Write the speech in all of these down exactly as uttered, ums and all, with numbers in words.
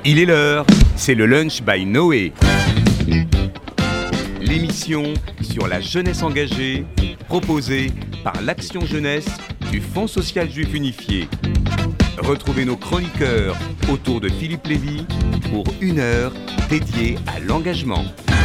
Il est l'heure, c'est le Lunch by Noé. L'émission sur la jeunesse engagée, proposée par l'Action Jeunesse du Fonds social juif unifié. Retrouvez nos chroniqueurs autour de Philippe Lévy pour une heure dédiée à l'engagement.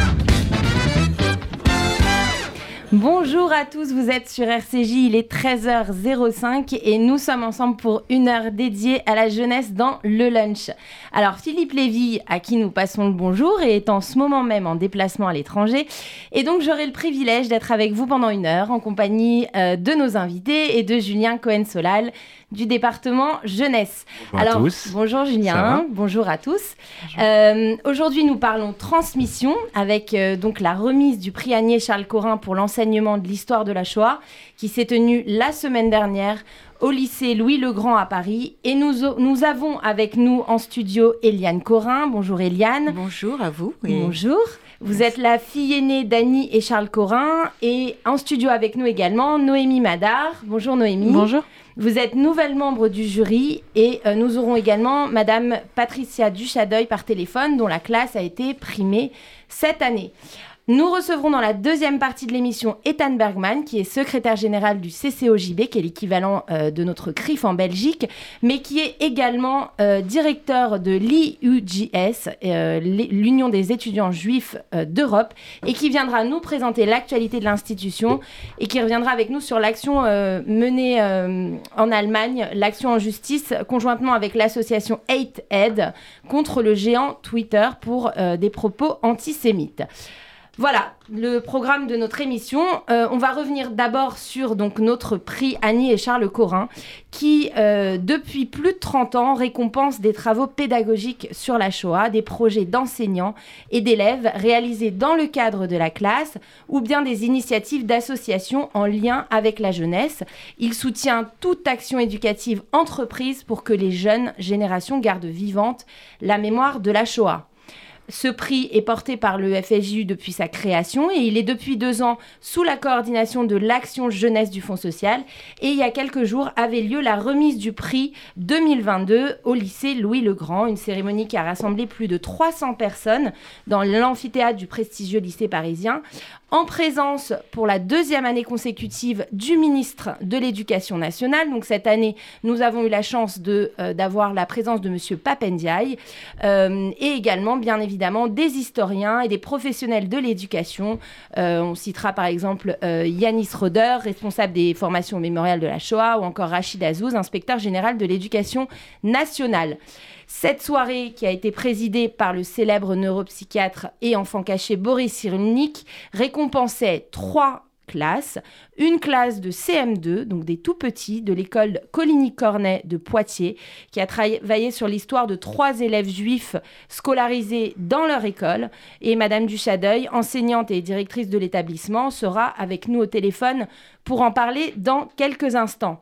Bonjour à tous, vous êtes sur R C J, il est treize heures cinq et nous sommes ensemble pour une heure dédiée à la jeunesse dans le lunch. Alors Philippe Lévy, à qui nous passons le bonjour, est en ce moment même en déplacement à l'étranger et donc j'aurai le privilège d'être avec vous pendant une heure en compagnie euh, de nos invités et de Julien Cohen-Solal du département jeunesse. Bonjour Alors, à tous. Bonjour Julien, bonjour à tous. Bonjour. Euh, aujourd'hui nous parlons transmission avec euh, donc la remise du prix Agnès Charles Corin pour l'enseignement de l'histoire de la Shoah qui s'est tenue la semaine dernière au lycée Louis-le-Grand à Paris. Et nous, nous avons avec nous en studio Eliane Corin. Bonjour Eliane. Bonjour à vous. Et... Bonjour. Vous êtes la fille aînée d'Annie et Charles Corin. Et en studio avec nous également Noémie Madar. Bonjour Noémie. Bonjour. Vous êtes nouvelle membre du jury et euh, nous aurons également Madame Patricia Duchadeuil par téléphone dont la classe a été primée cette année. Nous recevrons dans la deuxième partie de l'émission Ethan Bergman, qui est secrétaire général du C C O J B, qui est l'équivalent euh, de notre C R I F en Belgique, mais qui est également euh, directeur de l'I U J S, euh, l'Union des étudiants juifs euh, d'Europe, et qui viendra nous présenter l'actualité de l'institution et qui reviendra avec nous sur l'action euh, menée euh, en Allemagne, l'action en justice, conjointement avec l'association Hate Aid contre le géant Twitter pour euh, des propos antisémites. Voilà, le programme de notre émission. Euh, on va revenir d'abord sur donc, notre prix Annie et Charles Corin, qui, euh, depuis plus de trente ans, récompense des travaux pédagogiques sur la Shoah, des projets d'enseignants et d'élèves réalisés dans le cadre de la classe ou bien des initiatives d'associations en lien avec la jeunesse. Il soutient toute action éducative entreprise pour que les jeunes générations gardent vivante la mémoire de la Shoah. Ce prix est porté par le F S J U depuis sa création et il est depuis deux ans sous la coordination de l'Action Jeunesse du Fonds social. Et il y a quelques jours avait lieu la remise du prix deux mille vingt-deux au lycée Louis-le-Grand, une cérémonie qui a rassemblé plus de trois cents personnes dans l'amphithéâtre du prestigieux lycée parisien, en présence pour la deuxième année consécutive du ministre de l'Éducation nationale. Donc cette année, nous avons eu la chance de, euh, d'avoir la présence de M. Pape Ndiaye euh, et également, bien évidemment, des historiens et des professionnels de l'éducation. Euh, on citera par exemple euh, Yanis Roder, responsable des formations mémoriales de la Shoah, ou encore Rachid Azouz, inspecteur général de l'Éducation nationale. Cette soirée, qui a été présidée par le célèbre neuropsychiatre et enfant caché Boris Cyrulnik, récompensait trois classes. Une classe de C M deux, donc des tout-petits, de l'école Coligny-Cornet de Poitiers, qui a travaillé sur l'histoire de trois élèves juifs scolarisés dans leur école. Et Madame Duchadeuil, enseignante et directrice de l'établissement, sera avec nous au téléphone pour en parler dans quelques instants.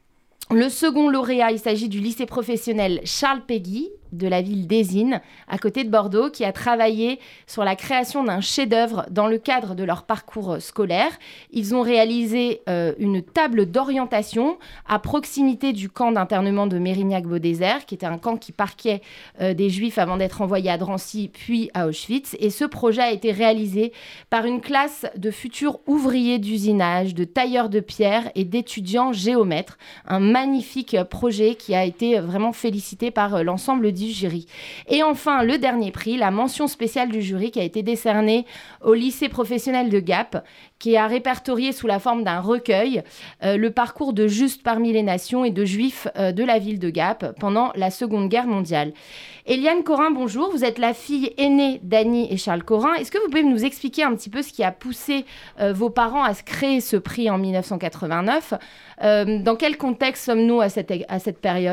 Le second lauréat, il s'agit du lycée professionnel Charles Péguy de la ville d'Ezine, à côté de Bordeaux, qui a travaillé sur la création d'un chef-d'œuvre dans le cadre de leur parcours scolaire. Ils ont réalisé euh, une table d'orientation à proximité du camp d'internement de Mérignac-Beaudésert, qui était un camp qui parquait euh, des Juifs avant d'être envoyés à Drancy, puis à Auschwitz. Et ce projet a été réalisé par une classe de futurs ouvriers d'usinage, de tailleurs de pierre et d'étudiants géomètres. Un magnifique projet qui a été vraiment félicité par euh, l'ensemble du jury. Et enfin, le dernier prix, la mention spéciale du jury qui a été décernée au lycée professionnel de Gap, qui a répertorié sous la forme d'un recueil euh, le parcours de Justes parmi les nations et de Juifs euh, de la ville de Gap pendant la Seconde Guerre mondiale. Eliane Corin, bonjour. Vous êtes la fille aînée d'Annie et Charles Corin. Est-ce que vous pouvez nous expliquer un petit peu ce qui a poussé euh, vos parents à se créer ce prix en dix-neuf cent quatre-vingt-neuf ? euh, Dans quel contexte sommes-nous à cette, à cette période ?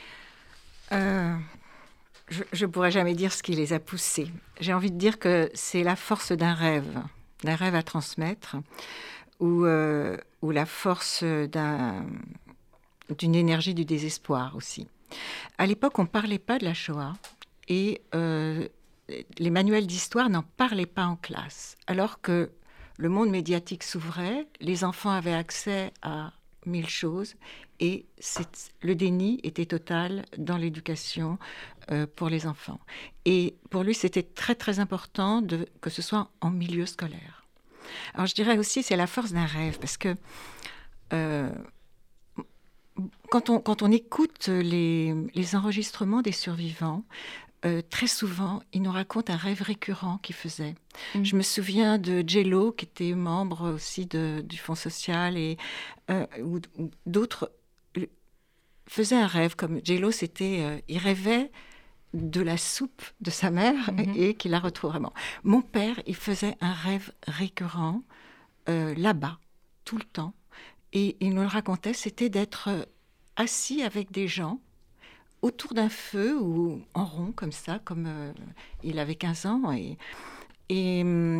Euh, je ne pourrais jamais dire ce qui les a poussés. J'ai envie de dire que c'est la force d'un rêve, d'un rêve à transmettre, ou, euh, ou la force d'un, d'une énergie du désespoir aussi. À l'époque, on ne parlait pas de la Shoah et euh, les manuels d'histoire n'en parlaient pas en classe, alors que le monde médiatique s'ouvrait, les enfants avaient accès à mille choses. Et c'est, le déni était total dans l'éducation euh, pour les enfants. Et pour lui, c'était très, très important de, que ce soit en milieu scolaire. Alors, je dirais aussi, c'est la force d'un rêve, parce que euh, quand, on, quand on écoute les, les enregistrements des survivants, Euh, très souvent, il nous raconte un rêve récurrent qu'il faisait. Mmh. Je me souviens de Jello, qui était membre aussi de, du Fonds social, et euh, ou, ou d'autres euh, faisaient un rêve. Comme Jello, c'était, euh, il rêvait de la soupe de sa mère mmh. et qu'il la retrouve vraiment. Mon père, il faisait un rêve récurrent euh, là-bas, tout le temps. Et il nous le racontait, c'était d'être assis avec des gens autour d'un feu ou en rond comme ça, comme euh, il avait quinze ans et, et,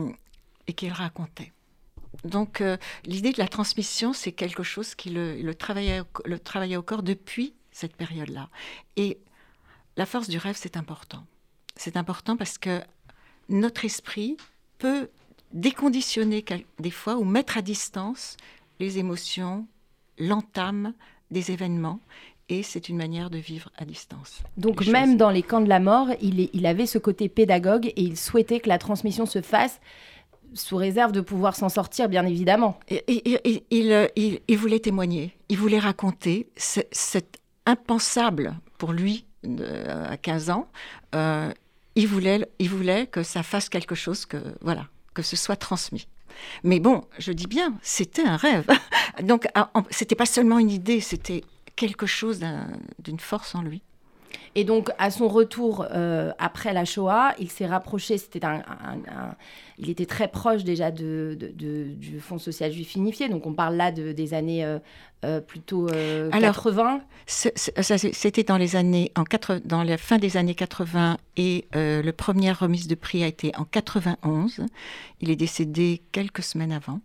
et qu'il racontait. Donc euh, l'idée de la transmission, c'est quelque chose qui le, le, travaillait, le travaillait au corps depuis cette période-là. Et la force du rêve, c'est important. C'est important parce que notre esprit peut déconditionner des fois ou mettre à distance les émotions, l'entame des événements. Et c'est une manière de vivre à distance. Donc même choses. Dans les camps de la mort, il, est, il avait ce côté pédagogue et il souhaitait que la transmission se fasse sous réserve de pouvoir s'en sortir, bien évidemment. Et, et, et, il, il, il voulait témoigner, il voulait raconter cet impensable pour lui de, à quinze ans. Euh, il, voulait, il voulait que ça fasse quelque chose, que, voilà, que ce soit transmis. Mais bon, je dis bien, c'était un rêve. Donc c'était pas seulement une idée, c'était quelque chose d'un, d'une force en lui. Et donc, à son retour euh, après la Shoah, il s'est rapproché, c'était un, un, un, il était très proche déjà de, de, de, du Fonds social juif unifié, donc on parle là de, des années euh, euh, plutôt euh, Alors, quatre-vingts. C'est, ça, c'était dans, les années, en quatre, dans la fin des années quatre-vingts et euh, le première remise de prix a été en quatre-vingt-onze. Il est décédé quelques semaines avant.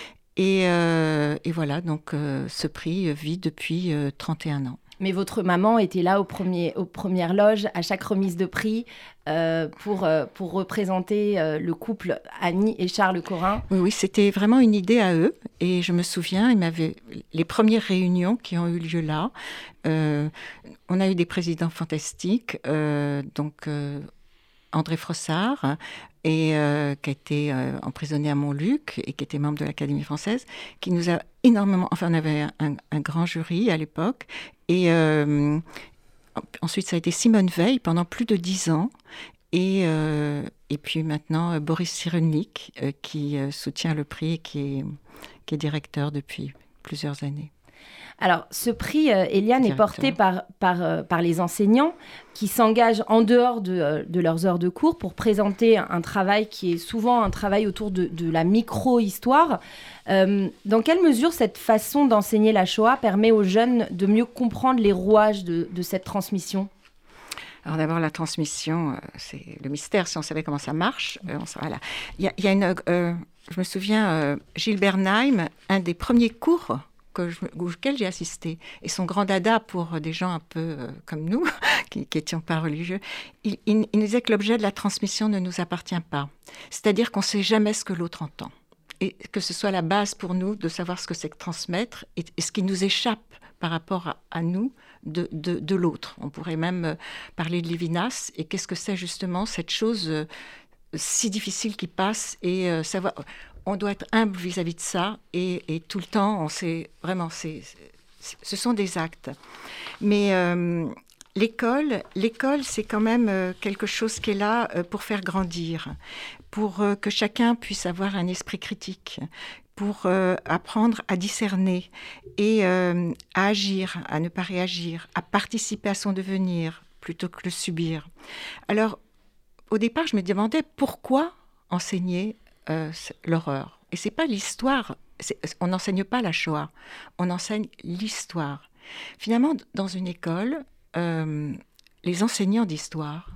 Et, euh, et voilà, donc euh, ce prix vit depuis euh, trente et un ans. Mais votre maman était là au premier, aux premières loges, à chaque remise de prix, euh, pour, euh, pour représenter euh, le couple Annie et Charles Corin. Oui, oui, c'était vraiment une idée à eux. Et je me souviens, il m'avait, les premières réunions qui ont eu lieu là, euh, on a eu des présidents fantastiques, euh, donc euh, André Frossard, et euh, qui a été euh, emprisonné à Montluc et qui était membre de l'Académie française, qui nous a énormément... Enfin, on avait un, un grand jury à l'époque. Et euh, ensuite, ça a été Simone Veil pendant plus de dix ans. Et, euh, et puis maintenant, euh, Boris Cyrulnik, euh, qui euh, soutient le prix et qui est, qui est directeur depuis plusieurs années. Alors, ce prix, euh, Eliane, est porté par, par, euh, par les enseignants qui s'engagent en dehors de, euh, de leurs heures de cours pour présenter un travail qui est souvent un travail autour de, de la micro-histoire. Euh, dans quelle mesure cette façon d'enseigner la Shoah permet aux jeunes de mieux comprendre les rouages de, de cette transmission ? Alors d'abord, la transmission, euh, c'est le mystère. Si on savait comment ça marche, euh, on sait, voilà. Il y a, il y a une... Euh, je me souviens, euh, Gilles Bernheim, un des premiers cours que je, auquel j'ai assisté, et son grand dada pour des gens un peu euh, comme nous, qui n'étions pas religieux, il, il, il nous disait que l'objet de la transmission ne nous appartient pas. C'est-à-dire qu'on ne sait jamais ce que l'autre entend. Et que ce soit la base pour nous de savoir ce que c'est que transmettre et, et ce qui nous échappe par rapport à, à nous de, de, de l'autre. On pourrait même euh, parler de Lévinas, et qu'est-ce que c'est justement cette chose euh, si difficile qui passe, et euh, savoir... On doit être humble vis-à-vis de ça, et, et tout le temps, on sait vraiment, c'est, c'est, ce sont des actes. Mais euh, l'école, l'école, c'est quand même euh, quelque chose qui est là euh, pour faire grandir, pour euh, que chacun puisse avoir un esprit critique, pour euh, apprendre à discerner et euh, à agir, à ne pas réagir, à participer à son devenir plutôt que le subir. Alors, au départ, je me demandais pourquoi enseigner Euh, l'horreur. Et c'est pas l'histoire, c'est, on n'enseigne pas la Shoah, on enseigne l'histoire. Finalement, dans une école, euh, les enseignants d'histoire,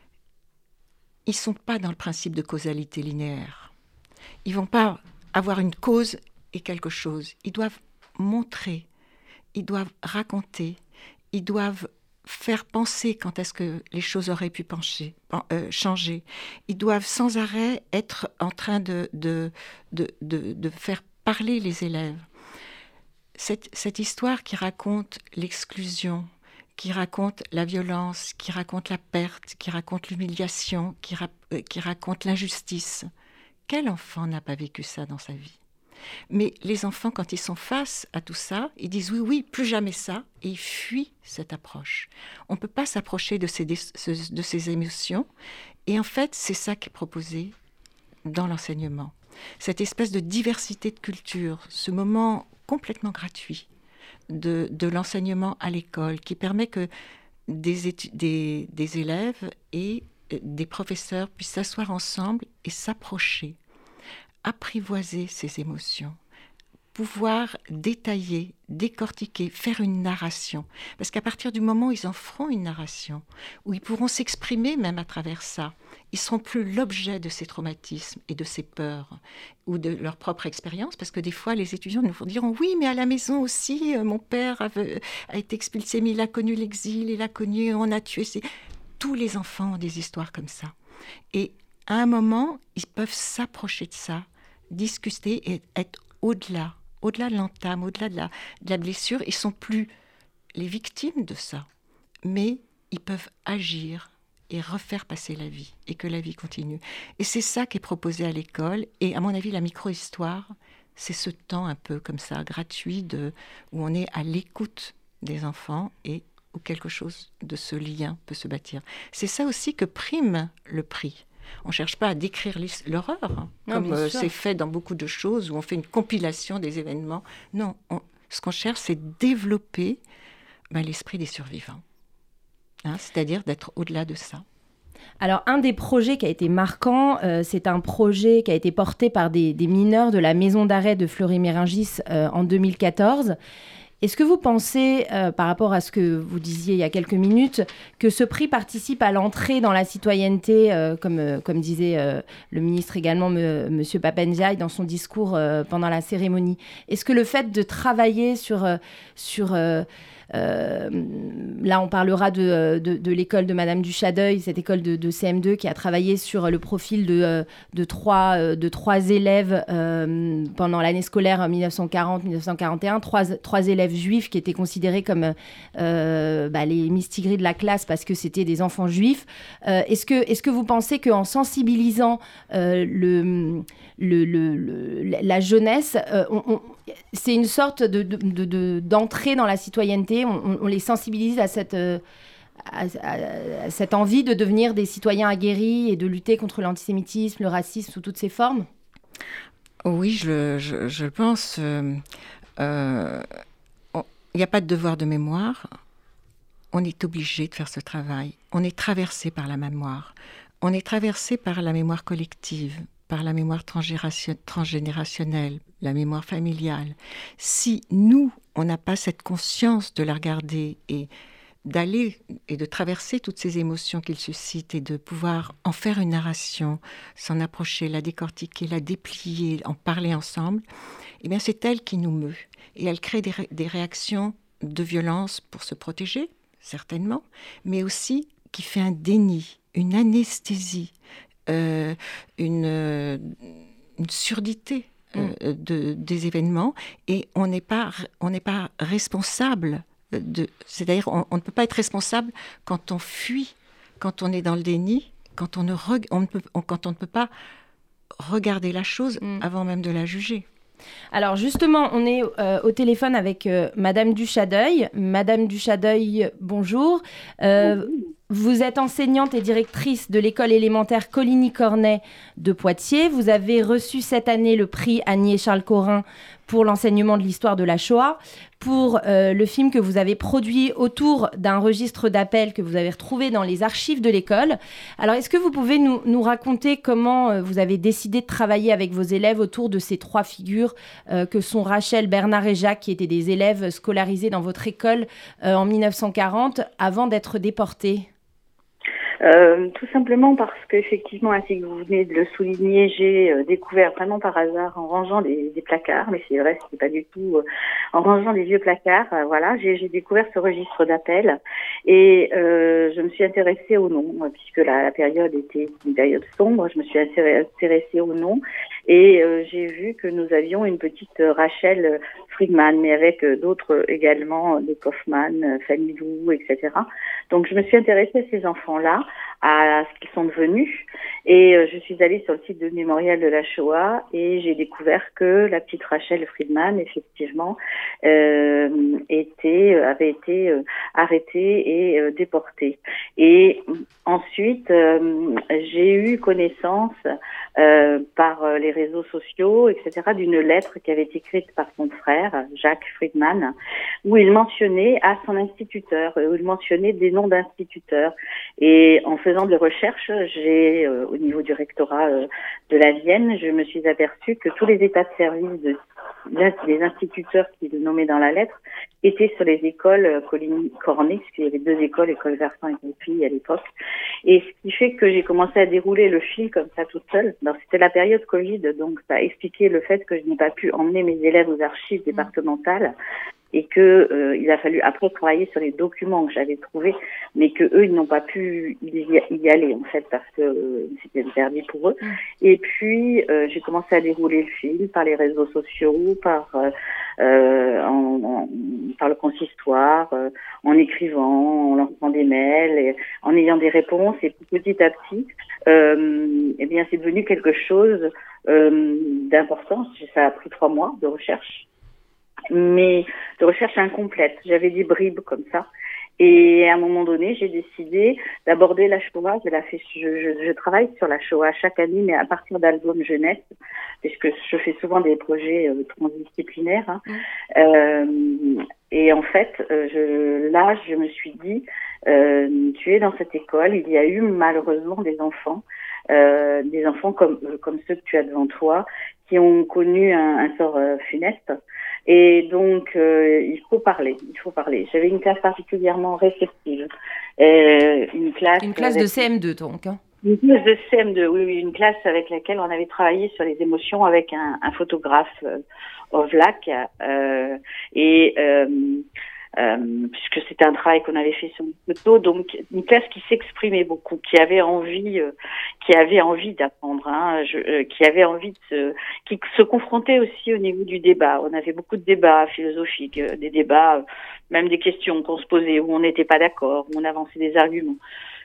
ils sont pas dans le principe de causalité linéaire. Ils vont pas avoir une cause et quelque chose. Ils doivent montrer, ils doivent raconter, ils doivent faire penser quand est-ce que les choses auraient pu pencher, euh, changer. Ils doivent sans arrêt être en train de, de, de, de, de faire parler les élèves. cette, cette histoire qui raconte l'exclusion, qui raconte la violence, qui raconte la perte, qui raconte l'humiliation, qui, ra- euh, qui raconte l'injustice. Quel enfant n'a pas vécu ça dans sa vie ? Mais les enfants, quand ils sont face à tout ça, ils disent oui, oui, plus jamais ça, et ils fuient cette approche. On ne peut pas s'approcher de ces, de ces émotions, et en fait, c'est ça qui est proposé dans l'enseignement. Cette espèce de diversité de culture, ce moment complètement gratuit de, de l'enseignement à l'école, qui permet que des, étu- des, des élèves et des professeurs puissent s'asseoir ensemble et s'approcher, apprivoiser ces émotions, pouvoir détailler, décortiquer, faire une narration. Parce qu'à partir du moment où ils en feront une narration, où ils pourront s'exprimer même à travers ça, ils ne seront plus l'objet de ces traumatismes et de ces peurs ou de leur propre expérience. Parce que des fois, les étudiants nous diront « Oui, mais à la maison aussi, euh, mon père avait, a été expulsé, mais il a connu l'exil, il a connu, on a tué... » Tous les enfants ont des histoires comme ça. Et à un moment, ils peuvent s'approcher de ça, discuter et être au-delà, au-delà de l'entame, au-delà de la, de la blessure. Ils ne sont plus les victimes de ça, mais ils peuvent agir et refaire passer la vie, et que la vie continue. Et c'est ça qui est proposé à l'école. Et à mon avis, la micro-histoire, c'est ce temps un peu comme ça, gratuit, de, où on est à l'écoute des enfants et où quelque chose de ce lien peut se bâtir. C'est ça aussi que prime le prix. On ne cherche pas à décrire l'horreur, hein, non, comme euh, c'est fait dans beaucoup de choses, où on fait une compilation des événements. Non, on, ce qu'on cherche, c'est développer ben, l'esprit des survivants. Hein, c'est-à-dire d'être au-delà de ça. Alors, un des projets qui a été marquant, euh, c'est un projet qui a été porté par des, des mineurs de la maison d'arrêt de Fleury-Mérogis euh, en deux mille quatorze. Est-ce que vous pensez, euh, par rapport à ce que vous disiez il y a quelques minutes, que ce prix participe à l'entrée dans la citoyenneté, euh, comme, euh, comme disait euh, le ministre également, M. Pap Ndiaye, dans son discours euh, pendant la cérémonie ? Est-ce que le fait de travailler sur... Euh, sur euh, Euh, là, on parlera de, de, de l'école de Madame du Chadeuil, cette école de, de C M deux qui a travaillé sur le profil de, de, trois, de trois élèves euh, pendant l'année scolaire mille neuf cent quarante mille neuf cent quarante et un, trois, trois élèves juifs qui étaient considérés comme euh, bah, les mistigris de la classe parce que c'était des enfants juifs. Euh, est-ce que, est-ce que vous pensez qu'en sensibilisant euh, le, le, le, le, la jeunesse, euh, on, on, c'est une sorte de, de, de, de, d'entrée dans la citoyenneté, on, on les sensibilise à cette, à, à, à cette envie de devenir des citoyens aguerris et de lutter contre l'antisémitisme, le racisme sous toutes ses formes ? Oui, je, je, je pense. Euh, euh, il n'y a pas de devoir de mémoire. On est obligé de faire ce travail. On est traversé par la mémoire. On est traversé par la mémoire collective, par la mémoire transgénérationnelle, la mémoire familiale. Si nous, on n'a pas cette conscience de la regarder et d'aller et de traverser toutes ces émotions qu'ils suscitent et de pouvoir en faire une narration, s'en approcher, la décortiquer, la déplier, en parler ensemble, eh bien c'est elle qui nous meut. Et elle crée des, ré- des réactions de violence pour se protéger, certainement, mais aussi qui fait un déni, une anesthésie, euh, une, euh, une surdité euh, mm. de, des événements, et on n'est pas, on n'est pas responsable. De, c'est-à-dire on, on ne peut pas être responsable quand on fuit, quand on est dans le déni, quand on ne, re, on ne, peut, on, quand on ne peut pas regarder la chose mm. avant même de la juger. Alors justement, on est euh, au téléphone avec euh, Madame du Chadeuil. Madame du Chadeuil, bonjour. Euh, vous êtes enseignante et directrice de l'école élémentaire Coligny-Cornet de Poitiers. Vous avez reçu cette année le prix Agnès Charles Corin pour l'enseignement de l'histoire de la Shoah, pour euh, le film que vous avez produit autour d'un registre d'appels que vous avez retrouvé dans les archives de l'école. Alors, est-ce que vous pouvez nous, nous raconter comment euh, vous avez décidé de travailler avec vos élèves autour de ces trois figures euh, que sont Rachel, Bernard et Jacques, qui étaient des élèves scolarisés dans votre école euh, en mille neuf cent quarante, avant d'être déportés ? Euh, tout simplement parce qu'effectivement, ainsi que vous venez de le souligner, j'ai euh, découvert vraiment par hasard en rangeant des, des placards, mais c'est vrai, c'est pas du tout euh, en rangeant des vieux placards. Euh, voilà, j'ai, j'ai découvert ce registre d'appels et euh, je me suis intéressée au nom, puisque la, la période était une période sombre. Je me suis intéressée au nom et euh, j'ai vu que nous avions une petite Rachel Friedman, mais avec euh, d'autres également, de Kaufman, euh, Fanny Lou, et cetera. Donc je me suis intéressée à ces enfants-là, à ce qu'ils sont devenus, et euh, je suis allée sur le site de mémorial de la Shoah et j'ai découvert que la petite Rachel Friedman, effectivement, euh, était, avait été euh, arrêtée et euh, déportée. Et ensuite, euh, j'ai eu connaissance euh, par les réseaux sociaux, et cetera, d'une lettre qui avait été écrite par son frère, Jacques Friedman, où il mentionnait à son instituteur, où il mentionnait des noms d'instituteurs. Et en faisant des recherches, j'ai, euh, au niveau du rectorat euh, de la Vienne, je me suis aperçue que tous les états de service de, des instituteurs qui le nommaient dans la lettre étaient sur les écoles euh, Coligny-Cornet, parce qu'il y avait deux écoles, école garçon et école fille à l'époque. Et ce qui fait que j'ai commencé à dérouler le fil comme ça toute seule. Alors, c'était la période Covid, donc ça a expliqué le fait que je n'ai pas pu emmener mes élèves aux archives départementales et que euh, il a fallu après travailler sur les documents que j'avais trouvés, mais que eux ils n'ont pas pu y aller en fait parce que euh, c'était interdit pour eux. Mmh. Et puis euh, j'ai commencé à dérouler le fil par les réseaux sociaux, par euh, euh, en, en, par le consistoire, euh, en écrivant, en lançant des mails, et en ayant des réponses. Et petit à petit, euh, eh bien c'est devenu quelque chose euh, d'important. Ça a pris trois mois de recherche, mais de recherche incomplète. J'avais des bribes comme ça. Et à un moment donné, j'ai décidé d'aborder la Shoah. Je, la fais, je, je, je travaille sur la Shoah chaque année, mais à partir d'albums jeunesse, puisque je fais souvent des projets euh, transdisciplinaires. Hein. Mmh. Euh, et en fait, euh, je, là, je me suis dit, euh, tu es dans cette école, il y a eu malheureusement des enfants, euh, des enfants comme, euh, comme ceux que tu as devant toi, qui ont connu un, un sort euh, funeste. Et donc, euh, il faut parler, il faut parler. J'avais une classe particulièrement réceptive. Euh, une classe, une classe avec... de C M deux, donc. Hein. Une classe de C M deux, oui, oui, une classe avec laquelle on avait travaillé sur les émotions avec un, un photographe, euh, Ovlak, euh, et euh, euh, puisque c'était un travail qu'on avait fait sur une photo, donc une classe qui s'exprimait beaucoup, qui avait envie, euh, qui avait envie d'apprendre, hein, je, euh, qui avait envie de se, qui se confrontait aussi au niveau du débat. On avait beaucoup de débats philosophiques, euh, des débats, euh, même des questions qu'on se posait où on n'était pas d'accord, où on avançait des arguments.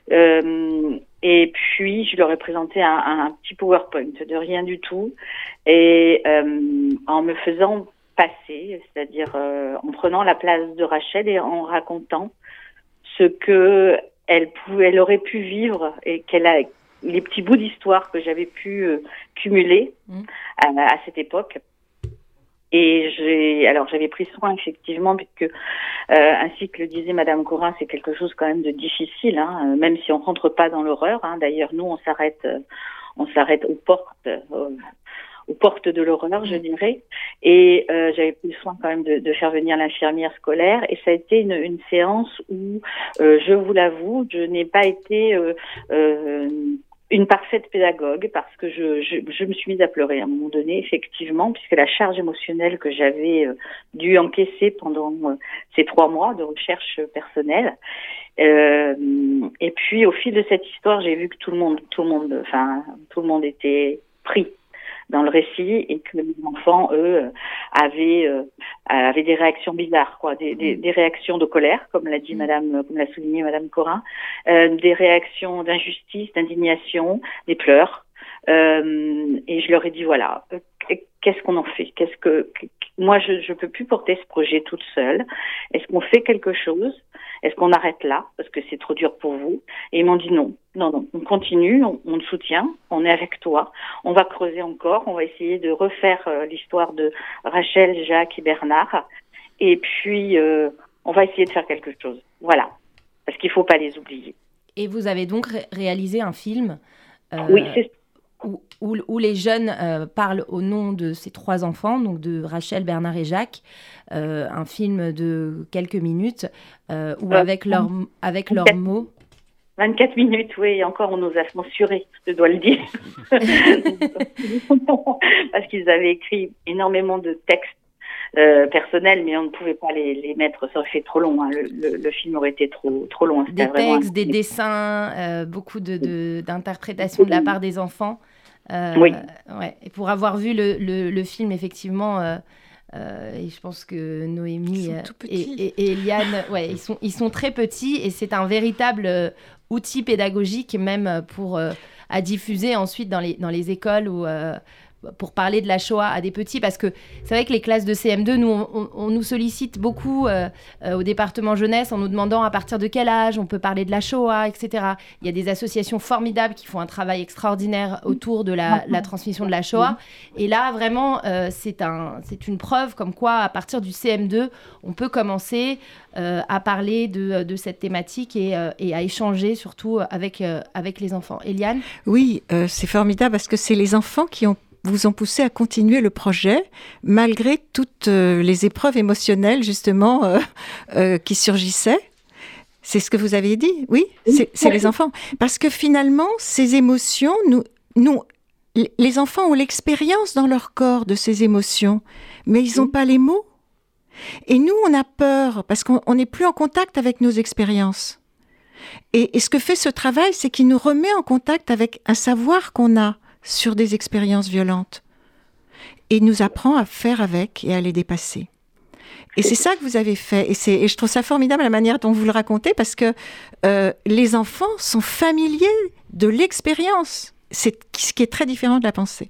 Euh, et puis je leur ai présenté un, un, un petit PowerPoint de rien du tout, et euh, en me faisant passer, c'est-à-dire euh, en prenant la place de Rachel et en racontant ce que elle pouvait, elle aurait pu vivre et qu'elle a, les petits bouts d'histoire que j'avais pu euh, cumuler mmh. à, à cette époque. Et j'ai, alors j'avais pris soin effectivement, puisque euh, ainsi que le disait Madame Corin, c'est quelque chose quand même de difficile, hein, même si on rentre pas dans l'horreur. Hein. D'ailleurs, nous on s'arrête, euh, on s'arrête aux portes. Euh, aux portes de l'horreur, je dirais. Et euh, j'avais pris soin quand même de, de faire venir l'infirmière scolaire. Et ça a été une, une séance où, euh, je vous l'avoue, je n'ai pas été euh, euh, une parfaite pédagogue, parce que je, je, je me suis mise à pleurer à un moment donné, effectivement, puisque la charge émotionnelle que j'avais euh, dû encaisser pendant euh, ces trois mois de recherche personnelle. Euh, et puis, au fil de cette histoire, j'ai vu que tout le monde, tout le monde, enfin, tout le monde était pris dans le récit, et que les enfants, eux, avaient, euh, avaient des réactions bizarres, quoi, des, des, des réactions de colère, comme l'a dit Madame, comme l'a souligné Madame Corin, euh, des réactions d'injustice, d'indignation, des pleurs. Euh, et je leur ai dit, voilà, qu'est-ce qu'on en fait? Qu'est-ce que, moi, je je peux plus porter ce projet toute seule. Est-ce qu'on fait quelque chose? Est-ce qu'on arrête là parce que c'est trop dur pour vous? Et ils m'ont dit non, non, non. On continue, on, on te soutient, on est avec toi. On va creuser encore, on va essayer de refaire euh, l'histoire de Rachel, Jacques et Bernard. Et puis euh, on va essayer de faire quelque chose. Voilà, parce qu'il faut pas les oublier. Et vous avez donc ré- réalisé un film. Euh... Oui, c'est Où, où, où les jeunes euh, parlent au nom de ces trois enfants, donc de Rachel, Bernard et Jacques, euh, un film de quelques minutes, euh, où euh, avec, leur, avec leurs mots... vingt-quatre minutes, oui, et encore on nous a censurés, je dois le dire. Parce qu'ils avaient écrit énormément de textes Euh, personnels, mais on ne pouvait pas les, les mettre, ça aurait fait trop long, hein. le, le, le film aurait été trop, trop long. Des textes, un... des dessins, euh, beaucoup de, de, d'interprétations de la part des enfants. Euh, oui. Ouais. Et pour avoir vu le, le, le film, effectivement, euh, Euh, et je pense que Noémie ils sont tout petits. et, et, et Eliane, ouais, ils sont, ils sont très petits et c'est un véritable euh, outil pédagogique même pour, euh, à diffuser ensuite dans les, dans les écoles ou euh, pour parler de la Shoah à des petits, parce que c'est vrai que les classes de C M deux, nous, on, on, on nous sollicite beaucoup euh, euh, au département jeunesse en nous demandant à partir de quel âge on peut parler de la Shoah, et cetera. Il y a des associations formidables qui font un travail extraordinaire autour de la, la transmission de la Shoah. Et là, vraiment, euh, c'est, un, c'est une preuve comme quoi, à partir du C M deux, on peut commencer euh, à parler de, de cette thématique et, euh, et à échanger surtout avec, euh, avec les enfants. Eliane ? Oui, euh, c'est formidable parce que c'est les enfants qui ont vous ont poussé à continuer le projet malgré toutes euh, les épreuves émotionnelles justement euh, euh, qui surgissaient. C'est ce que vous avez dit, oui, c'est, c'est les enfants. Parce que finalement, ces émotions, nous, nous, les enfants ont l'expérience dans leur corps de ces émotions, mais ils n'ont pas les mots. Et nous, on a peur parce qu'on n'est plus en contact avec nos expériences. Et, et ce que fait ce travail, c'est qu'il nous remet en contact avec un savoir qu'on a sur des expériences violentes et nous apprend à faire avec et à les dépasser. Et c'est ça que vous avez fait. Et, c'est, et je trouve ça formidable la manière dont vous le racontez parce que euh, les enfants sont familiers de l'expérience. C'est ce qui est très différent de la pensée.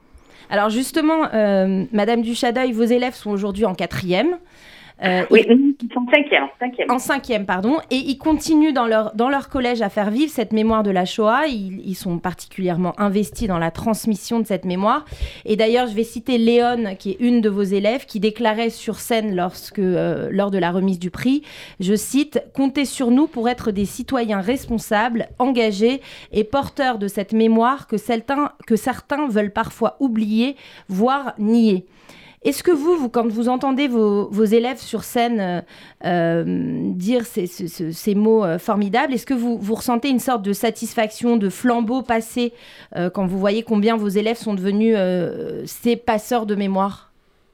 Alors justement, euh, Madame Duchadeuil, vos élèves sont aujourd'hui en quatrième. Euh, oui, ils sont en cinquième, cinquième. En cinquième, pardon. Et ils continuent dans leur, dans leur collège à faire vivre cette mémoire de la Shoah. Ils, ils sont particulièrement investis dans la transmission de cette mémoire. Et d'ailleurs, je vais citer Léone, qui est une de vos élèves, qui déclarait sur scène lorsque, euh, lors de la remise du prix, je cite, « Comptez sur nous pour être des citoyens responsables, engagés et porteurs de cette mémoire que certains, que certains veulent parfois oublier, voire nier. » Est-ce que vous, vous, quand vous entendez vos, vos élèves sur scène euh, dire ces, ces, ces mots euh, formidables, est-ce que vous, vous ressentez une sorte de satisfaction, de flambeau passé euh, quand vous voyez combien vos élèves sont devenus euh, ces passeurs de mémoire ?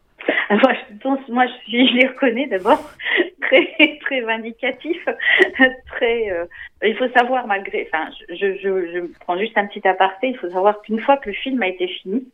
Moi, je pense, moi, je, suis, je les reconnais d'abord très, très vindicatifs, très. Euh, il faut savoir malgré. Enfin, je, je, je, je prends juste un petit aparté. Il faut savoir qu'une fois que le film a été fini.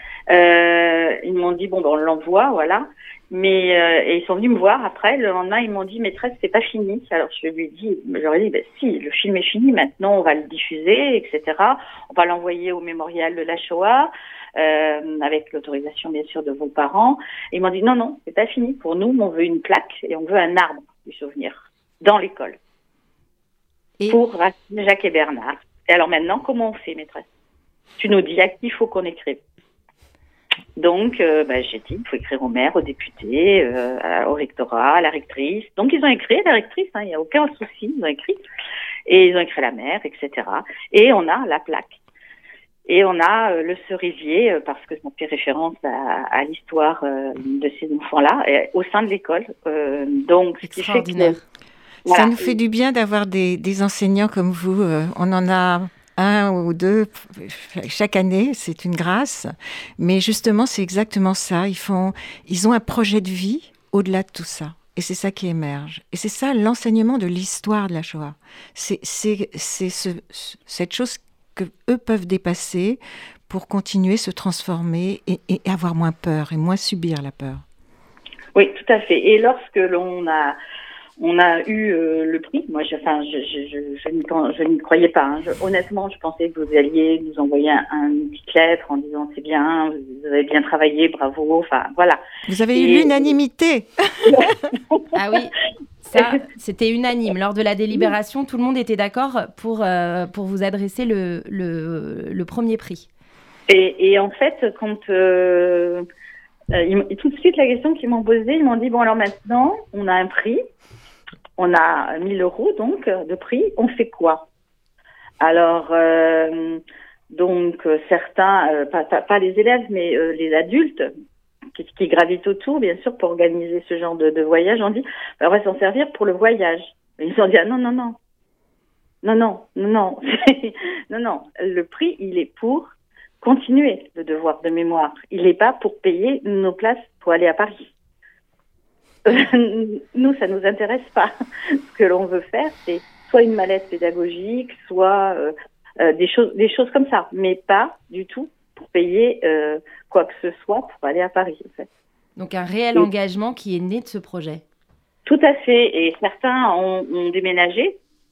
Euh, ils m'ont dit bon ben on l'envoie, voilà. Mais euh, et ils sont venus me voir après. Le lendemain, ils m'ont dit maîtresse, c'est pas fini. Alors je lui ai dit, je leur ai dit ben si, le film est fini. Maintenant, on va le diffuser, et cetera. On va l'envoyer au mémorial de la Shoah euh, avec l'autorisation bien sûr de vos parents. Et ils m'ont dit non non, c'est pas fini. Pour nous, on veut une plaque et on veut un arbre du souvenir dans l'école et... pour Racine, Jacques et Bernard. Et alors maintenant, comment on fait, maîtresse ? Tu nous dis à qui il faut qu'on écrive. Donc, euh, bah, j'ai dit, il faut écrire au maire, aux députés, euh, au rectorat, à la rectrice. Donc, ils ont écrit, la rectrice, il hein, n'y a aucun souci, ils ont écrit. Et ils ont écrit à la maire, et cetera. Et on a la plaque. Et on a euh, le cerisier, euh, parce que ça fait référence à, à l'histoire euh, de ces enfants-là, et, au sein de l'école. Euh, donc, ce qui fait que... Voilà. Ça nous fait du bien d'avoir des, des enseignants comme vous. Euh, on en a... un ou deux chaque année, c'est une grâce. Mais justement, c'est exactement ça. Ils font, ils ont un projet de vie au-delà de tout ça. Et c'est ça qui émerge. Et c'est ça l'enseignement de l'histoire de la Shoah. C'est, c'est, c'est ce, cette chose que eux peuvent dépasser pour continuer, se transformer et, et avoir moins peur et moins subir la peur. Oui, tout à fait. Et lorsque l'on a On a eu euh, le prix. Moi, je, enfin, je, je, je, je, n'y, je n'y croyais pas. Hein. Je, honnêtement, je pensais que vous alliez nous envoyer un, un, une petite lettre en disant c'est bien, vous avez bien travaillé, bravo. Enfin, voilà. Vous avez eu Et... l'unanimité. Ah oui, ça, c'était unanime. Lors de la délibération, tout le monde était d'accord pour euh, pour vous adresser le le, le premier prix. Et, et en fait, quand euh, euh, ils, tout de suite la question qu'ils m'ont posée, ils m'ont dit bon alors maintenant, on a un prix. On a mille euros donc de prix. On fait quoi ? Alors euh, donc certains, euh, pas, pas, pas les élèves, mais euh, les adultes qui, qui gravitent autour, bien sûr, pour organiser ce genre de, de voyage, ont dit on va s'en servir pour le voyage. Et ils ont dit ah non non non non non non non non non le prix il est pour continuer le devoir de mémoire. Il n'est pas pour payer nos places pour aller à Paris. Nous, ça nous intéresse pas. Ce que l'on veut faire, c'est soit une mallette pédagogique, soit euh, euh, des choses, des choses comme ça, mais pas du tout pour payer euh, quoi que ce soit pour aller à Paris, en fait. Donc un réel Et... engagement qui est né de ce projet. Tout à fait. Et certains ont, ont déménagé.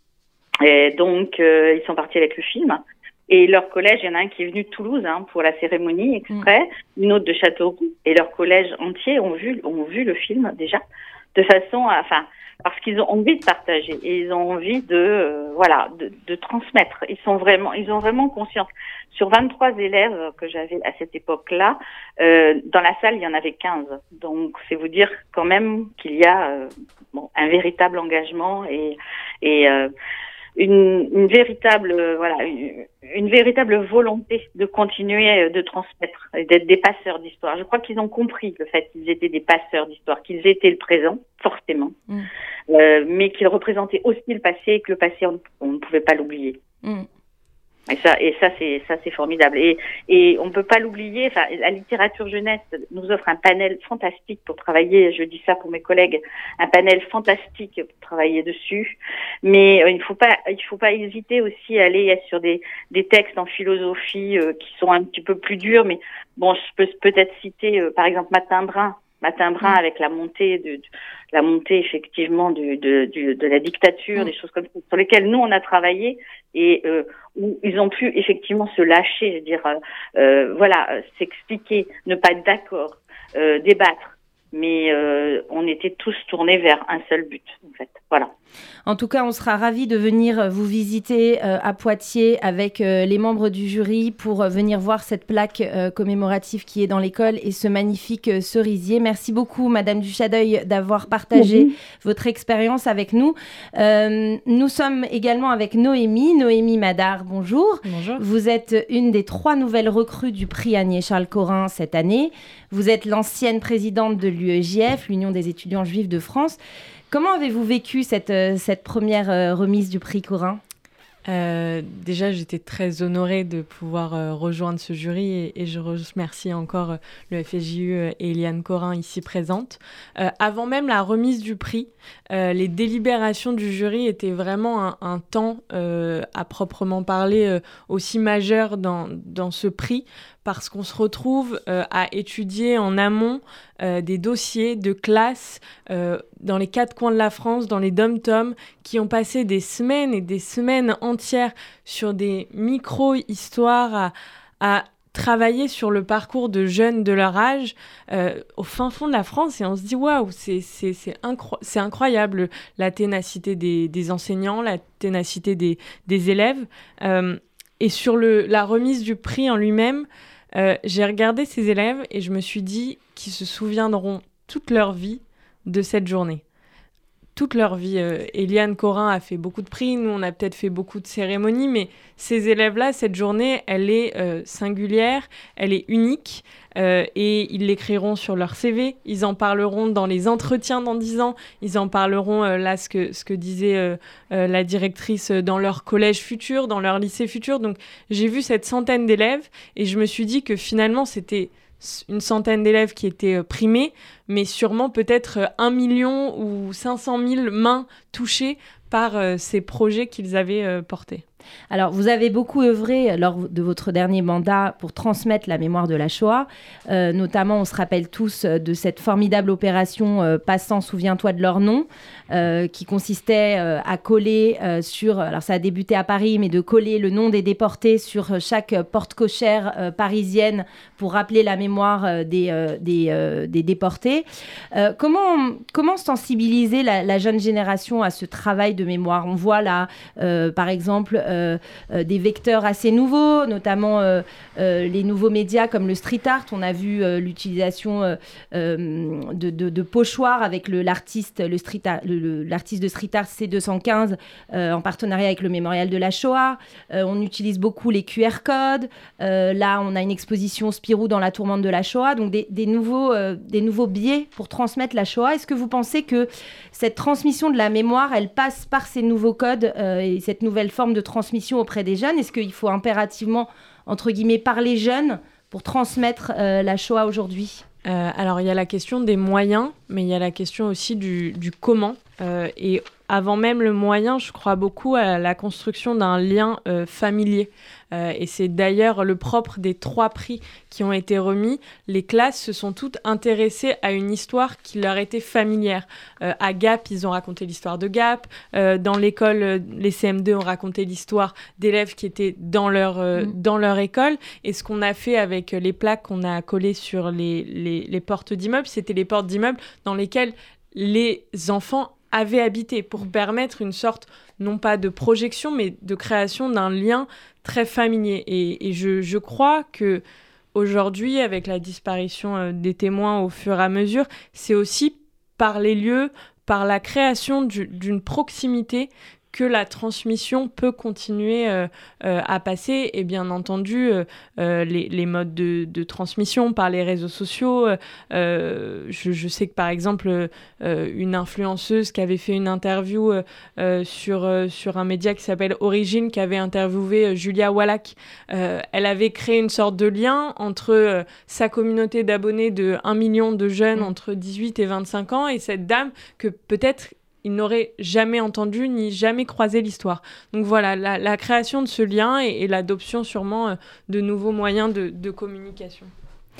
Et donc, euh, ils sont partis avec le film. Et leur collège, il y en a un qui est venu de Toulouse hein, pour la cérémonie exprès, mmh. une autre de Châteauroux. Et leur collège entier ont vu, ont vu le film déjà, de façon à... Enfin, parce qu'ils ont envie de partager et ils ont envie de euh, voilà de, de transmettre. Ils sont vraiment ils ont vraiment conscience. Sur vingt-trois élèves que j'avais à cette époque-là, euh, dans la salle il y en avait quinze. Donc c'est vous dire quand même qu'il y a euh, bon un véritable engagement et et euh, une, une véritable euh, voilà une, une véritable volonté de continuer de transmettre et d'être des passeurs d'histoire. Je crois qu'ils ont compris le fait qu'ils étaient des passeurs d'histoire, qu'ils étaient le présent forcément, mmh. euh, mais qu'ils représentaient aussi le passé et que le passé on, on ne pouvait pas l'oublier. Mmh. Et ça, et ça c'est ça c'est formidable. Et et on peut pas l'oublier. Enfin, la littérature jeunesse nous offre un panel fantastique pour travailler. Je dis ça pour mes collègues, un panel fantastique pour travailler dessus. Mais euh, il faut pas il faut pas hésiter aussi à aller sur des des textes en philosophie euh, qui sont un petit peu plus durs. Mais bon, je peux peut-être citer euh, par exemple Matin Brun. Matin Brun mmh. avec la montée de, de la montée effectivement du, de, du, de la dictature, mmh. des choses comme ça, sur lesquelles nous on a travaillé et euh, où ils ont pu effectivement se lâcher, je veux dire, euh, euh, voilà, euh, s'expliquer, ne pas être d'accord, euh, débattre, mais euh, on était tous tournés vers un seul but, en fait. Voilà. En tout cas, on sera ravis de venir vous visiter euh, à Poitiers avec euh, les membres du jury pour euh, venir voir cette plaque euh, commémorative qui est dans l'école et ce magnifique euh, cerisier. Merci beaucoup, Madame Duchadeuil, d'avoir partagé mmh. votre expérience avec nous. Euh, nous sommes également avec Noémie. Noémie Madar, bonjour. Bonjour. Vous êtes une des trois nouvelles recrues du prix Agnès-Charles Corin cette année. Vous êtes l'ancienne présidente de l'U E J F, l'Union des étudiants juifs de France. Comment avez-vous vécu cette, cette première euh, remise du prix Corin ? euh, Déjà, j'étais très honorée de pouvoir euh, rejoindre ce jury et, et je remercie encore euh, le F S J U et Eliane Corin ici présente. Euh, avant même la remise du prix, euh, les délibérations du jury étaient vraiment un, un temps euh, à proprement parler euh, aussi majeur dans, dans ce prix, parce qu'on se retrouve euh, à étudier en amont euh, des dossiers de classes euh, dans les quatre coins de la France, dans les dom-toms, qui ont passé des semaines et des semaines entières sur des micro-histoires à, à travailler sur le parcours de jeunes de leur âge euh, au fin fond de la France. Et on se dit, waouh, c'est, c'est, c'est, incro- c'est incroyable la ténacité des, des enseignants, la ténacité des, des élèves. Euh, et sur le, la remise du prix en lui-même, Euh, j'ai regardé ces élèves et je me suis dit qu'ils se souviendront toute leur vie de cette journée. Toute leur vie. Euh, Eliane Corin a fait beaucoup de prix, nous on a peut-être fait beaucoup de cérémonies, mais ces élèves-là, cette journée, elle est euh, singulière, elle est unique euh, et ils l'écriront sur leur C V, ils en parleront dans les entretiens dans dix ans, ils en parleront euh, là, ce que, ce que disait euh, euh, la directrice, euh, dans leur collège futur, dans leur lycée futur. Donc j'ai vu cette centaine d'élèves et je me suis dit que finalement c'était une centaine d'élèves qui étaient primés, mais sûrement peut-être un million ou cinq cent mille mains touchées par euh, ces projets qu'ils avaient euh, portés. Alors, vous avez beaucoup œuvré lors de votre dernier mandat pour transmettre la mémoire de la Shoah. Euh, notamment, on se rappelle tous de cette formidable opération euh, Passant, souviens-toi de leur nom, euh, qui consistait euh, à coller euh, sur... Alors, ça a débuté à Paris, mais de coller le nom des déportés sur chaque porte cochère euh, parisienne pour rappeler la mémoire euh, des, euh, des, euh, des déportés. Euh, comment, comment sensibiliser la, la jeune génération à ce travail de mémoire ? On voit là, euh, par exemple... Euh, Euh, euh, des vecteurs assez nouveaux, notamment euh, euh, les nouveaux médias comme le street art. On a vu euh, l'utilisation euh, euh, de, de, de pochoirs avec le, l'artiste, le street art, le, le, l'artiste de street art C deux cent quinze euh, en partenariat avec le Mémorial de la Shoah. Euh, on utilise beaucoup les Q R codes. Euh, là, on a une exposition Spirou dans la tourmente de la Shoah. Donc des, des, nouveaux, euh, des nouveaux biais pour transmettre la Shoah. Est-ce que vous pensez que cette transmission de la mémoire, elle passe par ces nouveaux codes euh, et cette nouvelle forme de transmission auprès des jeunes? Est-ce qu'il faut impérativement, entre guillemets, parler jeunes pour transmettre euh, la Shoah aujourd'hui ? euh, Alors, il y a la question des moyens, mais il y a la question aussi du, du comment. Euh, et avant même le moyen, je crois beaucoup à la construction d'un lien euh, familier. Euh, et c'est d'ailleurs le propre des trois prix qui ont été remis. Les classes se sont toutes intéressées à une histoire qui leur était familière. Euh, à Gap, ils ont raconté l'histoire de Gap. Euh, dans l'école, euh, les C M deux ont raconté l'histoire d'élèves qui étaient dans leur, euh, mmh. dans leur école. Et ce qu'on a fait avec les plaques qu'on a collées sur les, les, les portes d'immeubles, c'était les portes d'immeubles dans lesquelles les enfants avaient habité pour permettre une sorte, non pas de projection, mais de création d'un lien très familier. Et, et je, je crois que aujourd'hui, avec la disparition euh, des témoins au fur et à mesure, c'est aussi par les lieux, par la création du, d'une proximité que la transmission peut continuer euh, euh, à passer. Et bien entendu, euh, euh, les, les modes de, de transmission par les réseaux sociaux. Euh, je, je sais que par exemple, euh, une influenceuse qui avait fait une interview euh, euh, sur, euh, sur un média qui s'appelle Origine, qui avait interviewé euh, Julia Wallach, euh, elle avait créé une sorte de lien entre euh, sa communauté d'abonnés de un million de jeunes mmh. entre dix-huit et vingt-cinq ans et cette dame que peut-être ils n'auraient jamais entendu ni jamais croisé l'histoire. Donc voilà, la, la création de ce lien et, et l'adoption sûrement euh, de nouveaux moyens de, de communication.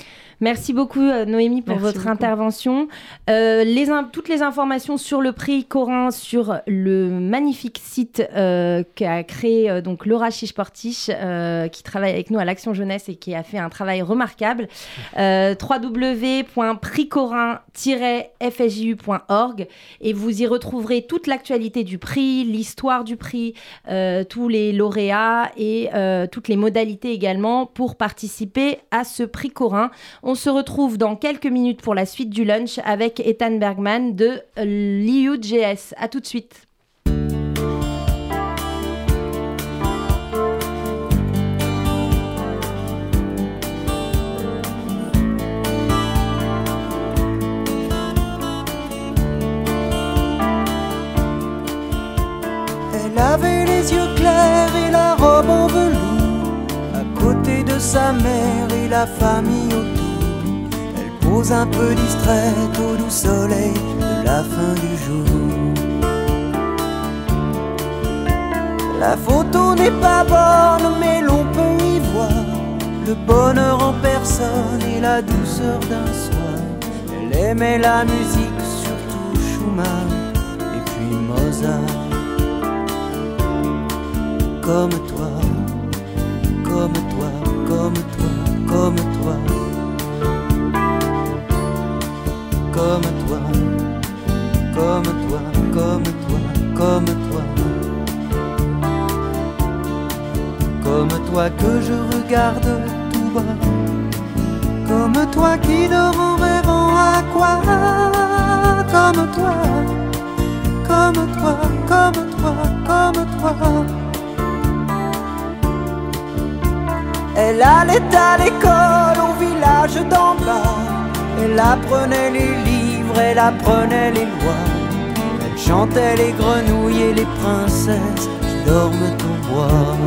Merci beaucoup Noémie pour Merci votre beaucoup. intervention. Euh, les in- toutes les informations sur le prix Corin sur le magnifique site euh, qu'a créé euh, donc Laura Chiche-Portiche euh, qui travaille avec nous à l'Action Jeunesse et qui a fait un travail remarquable. Euh, w w w point prix corin tiret f s j u point org et vous y retrouverez toute l'actualité du prix, l'histoire du prix, euh, tous les lauréats et euh, toutes les modalités également pour participer à ce prix Corin. On se retrouve dans quelques minutes pour la suite du lunch avec Ethan Bergman de l'I U G S. À tout de suite. Elle avait les yeux clairs et la robe en velours, à côté de sa mère et la famille autour. Pose un peu distraite au doux soleil de la fin du jour. La photo n'est pas bonne mais l'on peut y voir le bonheur en personne et la douceur d'un soir. Elle aimait la musique, surtout Schumann et puis Mozart. Comme toi, comme toi, comme toi, comme toi. Comme toi, comme toi, comme toi, comme toi. Comme toi que je regarde tout bas. Comme toi qui dort en rêvant à quoi. Comme toi, comme toi, comme toi, comme toi. Elle allait à l'école au village d'en bas. Elle apprenait les livres, elle apprenait les lois. Elle chantait les grenouilles et les princesses qui dorment au bois.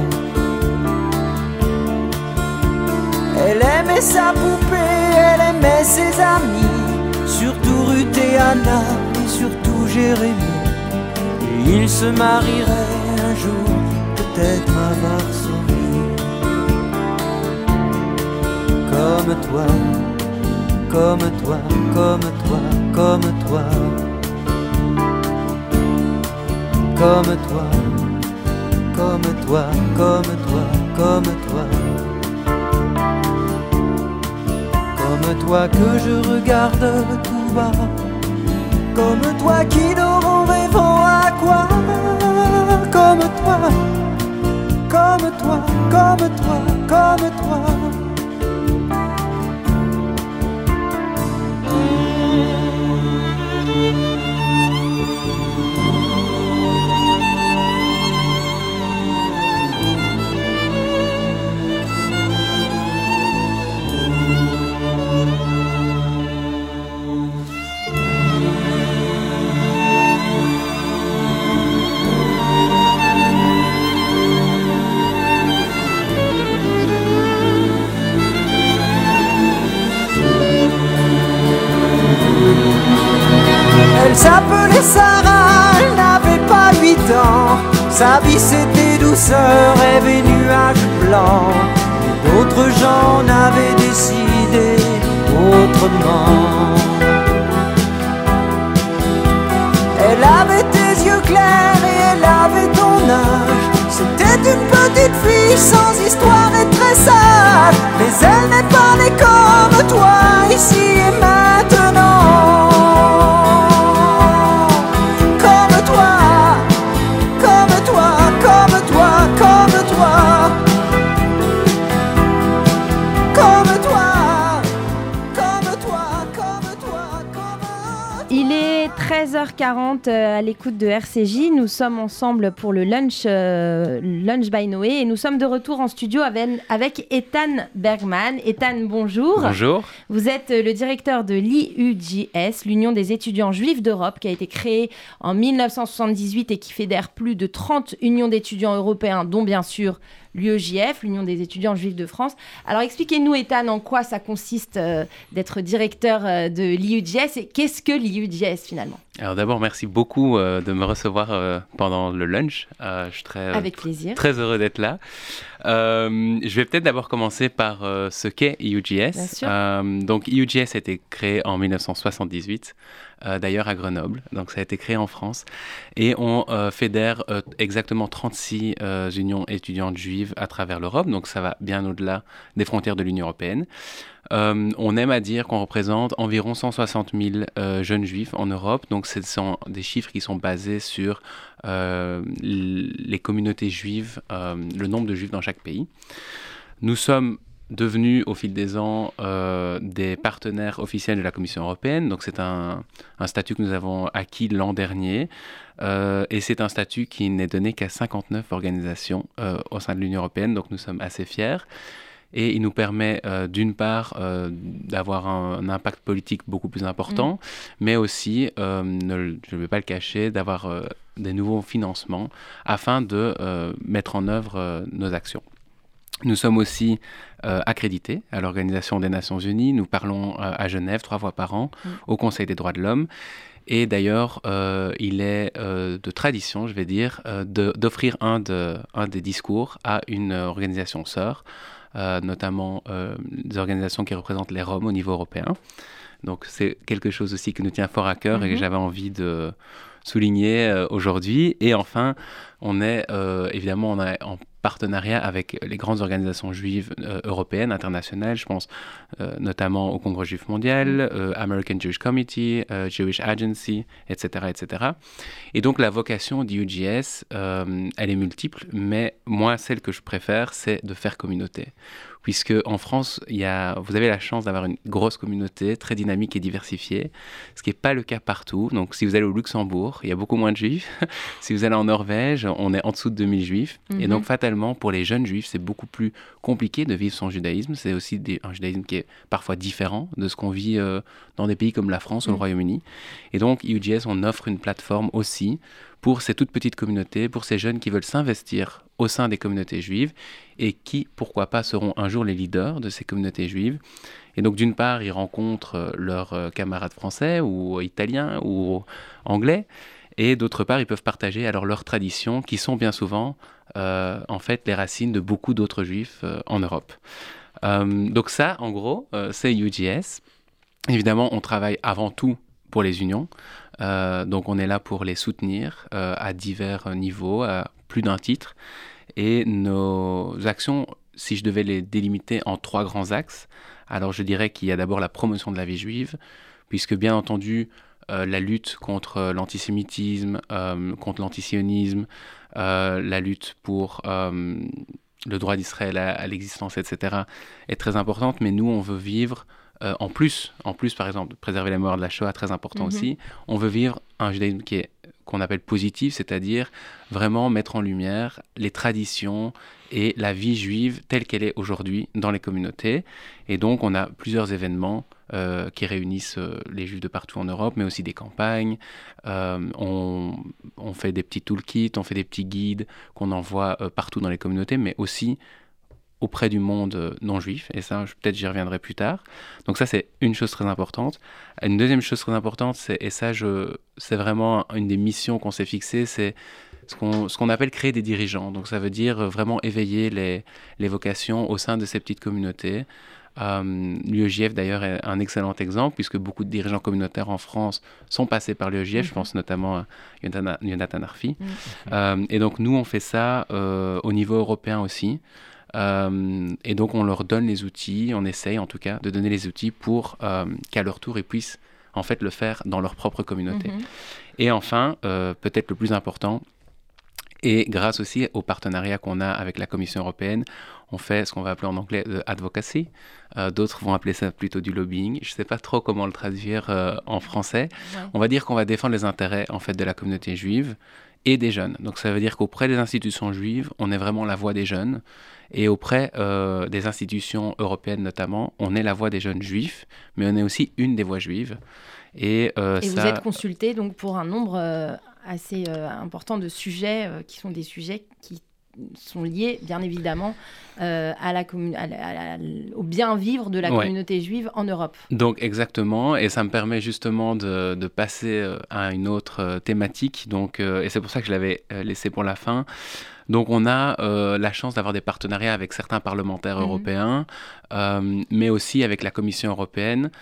Elle aimait sa poupée, elle aimait ses amis, surtout Ruth et Anna et surtout Jérémie. Et ils se marieraient un jour, peut-être à Varsovie. Comme toi, comme toi, comme toi, comme toi. Comme toi, comme toi, comme toi, comme toi. Comme toi que je regarde tout bas. Comme toi qui dort en rêvant à quoi. Comme toi, comme toi, comme toi, comme toi. Elle s'appelait Sarah Sa vie c'était douceur, rêve et nuages blancs. Mais d'autres gens n'avaient décidé autrement. Elle avait tes yeux clairs et elle avait ton âge. C'était une petite fille sans histoire et très sage. Mais elle n'est pas née comme toi, ici et maintenant. Comme toi, comme toi, comme toi, comme toi. Comme toi, comme toi, comme toi, comme toi. Il est treize heures quarante euh, à l'écoute de R C J. Nous sommes ensemble pour le lunch, euh, lunch by Noé et nous sommes de retour en studio avec, avec Ethan Bergman. Ethan, bonjour. Bonjour. Vous êtes le directeur de l'I U J S, l'Union des étudiants juifs d'Europe, qui a été créée en dix-neuf cent soixante-dix-huit et qui fédère plus de trente unions d'étudiants européens, dont bien sûr l'U E J F, l'Union des étudiants juifs de France. Alors expliquez-nous, Ethan, en quoi ça consiste euh, d'être directeur euh, de l'I U J S et qu'est-ce que l'I U J S finalement ? Alors d'abord, merci beaucoup euh, de me recevoir euh, pendant le lunch. Euh, je suis très, euh, Avec plaisir. très heureux d'être là. Euh, je vais peut-être d'abord commencer par euh, ce qu'est I U J S. Bien sûr. Euh, donc I U J S a été créé en dix-neuf cent soixante-dix-huit, euh, d'ailleurs à Grenoble. Donc ça a été créé en France. Et on euh, fédère euh, exactement trente-six euh, unions étudiantes juives à travers l'Europe. Donc ça va bien au-delà des frontières de l'Union européenne. Euh, on aime à dire qu'on représente environ cent soixante mille euh, jeunes juifs en Europe. Donc, ce sont des chiffres qui sont basés sur euh, les communautés juives, euh, le nombre de juifs dans chaque pays. Nous sommes devenus au fil des ans euh, des partenaires officiels de la Commission européenne. Donc, c'est un, un statut que nous avons acquis l'an dernier. Euh, et c'est un statut qui n'est donné qu'à cinquante-neuf organisations euh, au sein de l'Union européenne. Donc, nous sommes assez fiers. Et il nous permet euh, d'une part euh, d'avoir un, un impact politique beaucoup plus important, mmh. mais aussi, euh, ne, je ne vais pas le cacher, d'avoir euh, des nouveaux financements afin de euh, mettre en œuvre euh, nos actions. Nous sommes aussi euh, accrédités à l'Organisation des Nations Unies. Nous parlons euh, à Genève trois fois par an mmh. au Conseil des droits de l'homme. Et d'ailleurs, euh, il est euh, de tradition, je vais dire, euh, de, d'offrir un, de, un des discours à une organisation sœur, Euh, notamment euh, des organisations qui représentent les Roms au niveau européen. Donc c'est quelque chose aussi qui nous tient fort à cœur mm-hmm. et que j'avais envie de souligner euh, aujourd'hui. Et enfin, on est euh, évidemment on est en partenariat avec les grandes organisations juives euh, européennes, internationales. Je pense euh, notamment au Congrès juif mondial, euh, American Jewish Committee, euh, Jewish Agency, et cetera, et cetera. Et donc la vocation d'I U J S, euh, elle est multiple, mais moi, celle que je préfère, c'est de faire communauté. Puisque en France, il y a, vous avez la chance d'avoir une grosse communauté très dynamique et diversifiée, ce qui n'est pas le cas partout. Donc, si vous allez au Luxembourg, il y a beaucoup moins de juifs. Si vous allez en Norvège, on est en dessous de deux mille juifs. Mm-hmm. Et donc, fatalement, pour les jeunes juifs, c'est beaucoup plus compliqué de vivre son judaïsme. C'est aussi des, un judaïsme qui est parfois différent de ce qu'on vit euh, dans des pays comme la France ou mm-hmm. le Royaume-Uni. Et donc, I U J S, on offre une plateforme aussi pour ces toutes petites communautés, pour ces jeunes qui veulent s'investir au sein des communautés juives et qui, pourquoi pas, seront un jour les leaders de ces communautés juives. Et donc, d'une part, ils rencontrent leurs camarades français ou italiens ou anglais, et d'autre part, ils peuvent partager alors leurs traditions qui sont bien souvent, euh, en fait, les racines de beaucoup d'autres juifs euh, en Europe. Euh, donc ça, en gros, euh, c'est I U J S. Évidemment, on travaille avant tout pour les unions. Euh, donc on est là pour les soutenir euh, à divers niveaux, à plus d'un titre. Et nos actions, si je devais les délimiter en trois grands axes, alors je dirais qu'il y a d'abord la promotion de la vie juive, puisque bien entendu, euh, la lutte contre l'antisémitisme, euh, contre l'antisionisme, euh, la lutte pour euh, le droit d'Israël à, à l'existence, et cetera, est très importante, mais nous, on veut vivre Euh, en plus, en plus, par exemple, préserver la mémoire de la Shoah, très important mm-hmm. aussi, on veut vivre un judaïsme qui est, qu'on appelle positif, c'est-à-dire vraiment mettre en lumière les traditions et la vie juive telle qu'elle est aujourd'hui dans les communautés. Et donc, on a plusieurs événements euh, qui réunissent euh, les juifs de partout en Europe, mais aussi des campagnes. Euh, on, on fait des petits toolkits, on fait des petits guides qu'on envoie euh, partout dans les communautés, mais aussi auprès du monde non juif, et ça, peut-être j'y reviendrai plus tard. Donc ça, c'est une chose très importante. Une deuxième chose très importante, c'est, et ça, je, c'est vraiment une des missions qu'on s'est fixées, c'est ce qu'on, ce qu'on appelle créer des dirigeants. Donc ça veut dire vraiment éveiller les, les vocations au sein de ces petites communautés. Euh, L'U E J F d'ailleurs est un excellent exemple puisque beaucoup de dirigeants communautaires en France sont passés par l'U E J F, mmh. je pense notamment à Yonatan Arfi. Mmh. Euh, et donc nous on fait ça euh, au niveau européen aussi. Euh, et donc on leur donne les outils, on essaye en tout cas de donner les outils pour euh, qu'à leur tour ils puissent en fait le faire dans leur propre communauté. Mmh. Et enfin, euh, peut-être le plus important, et grâce aussi au partenariat qu'on a avec la Commission européenne, on fait ce qu'on va appeler en anglais de advocacy. Euh, d'autres vont appeler ça plutôt du lobbying. Je ne sais pas trop comment le traduire euh, en français. Ouais. On va dire qu'on va défendre les intérêts en fait de la communauté juive et des jeunes. Donc ça veut dire qu'auprès des institutions juives, on est vraiment la voix des jeunes. Et auprès euh, des institutions européennes notamment, on est la voix des jeunes juifs, mais on est aussi une des voix juives. Et, euh, et ça... vous êtes consulté donc pour un nombre euh, assez euh, important de sujets euh, qui sont des sujets qui sont liés bien évidemment euh, à la commun- à la, à la, au bien vivre de la ouais. communauté juive en Europe. Donc exactement, et ça me permet justement de, de passer à une autre euh, thématique, donc, euh, et c'est pour ça que je l'avais euh, laissé pour la fin. Donc on a euh, la chance d'avoir des partenariats avec certains parlementaires mmh. européens, euh, mais aussi avec la Commission européenne.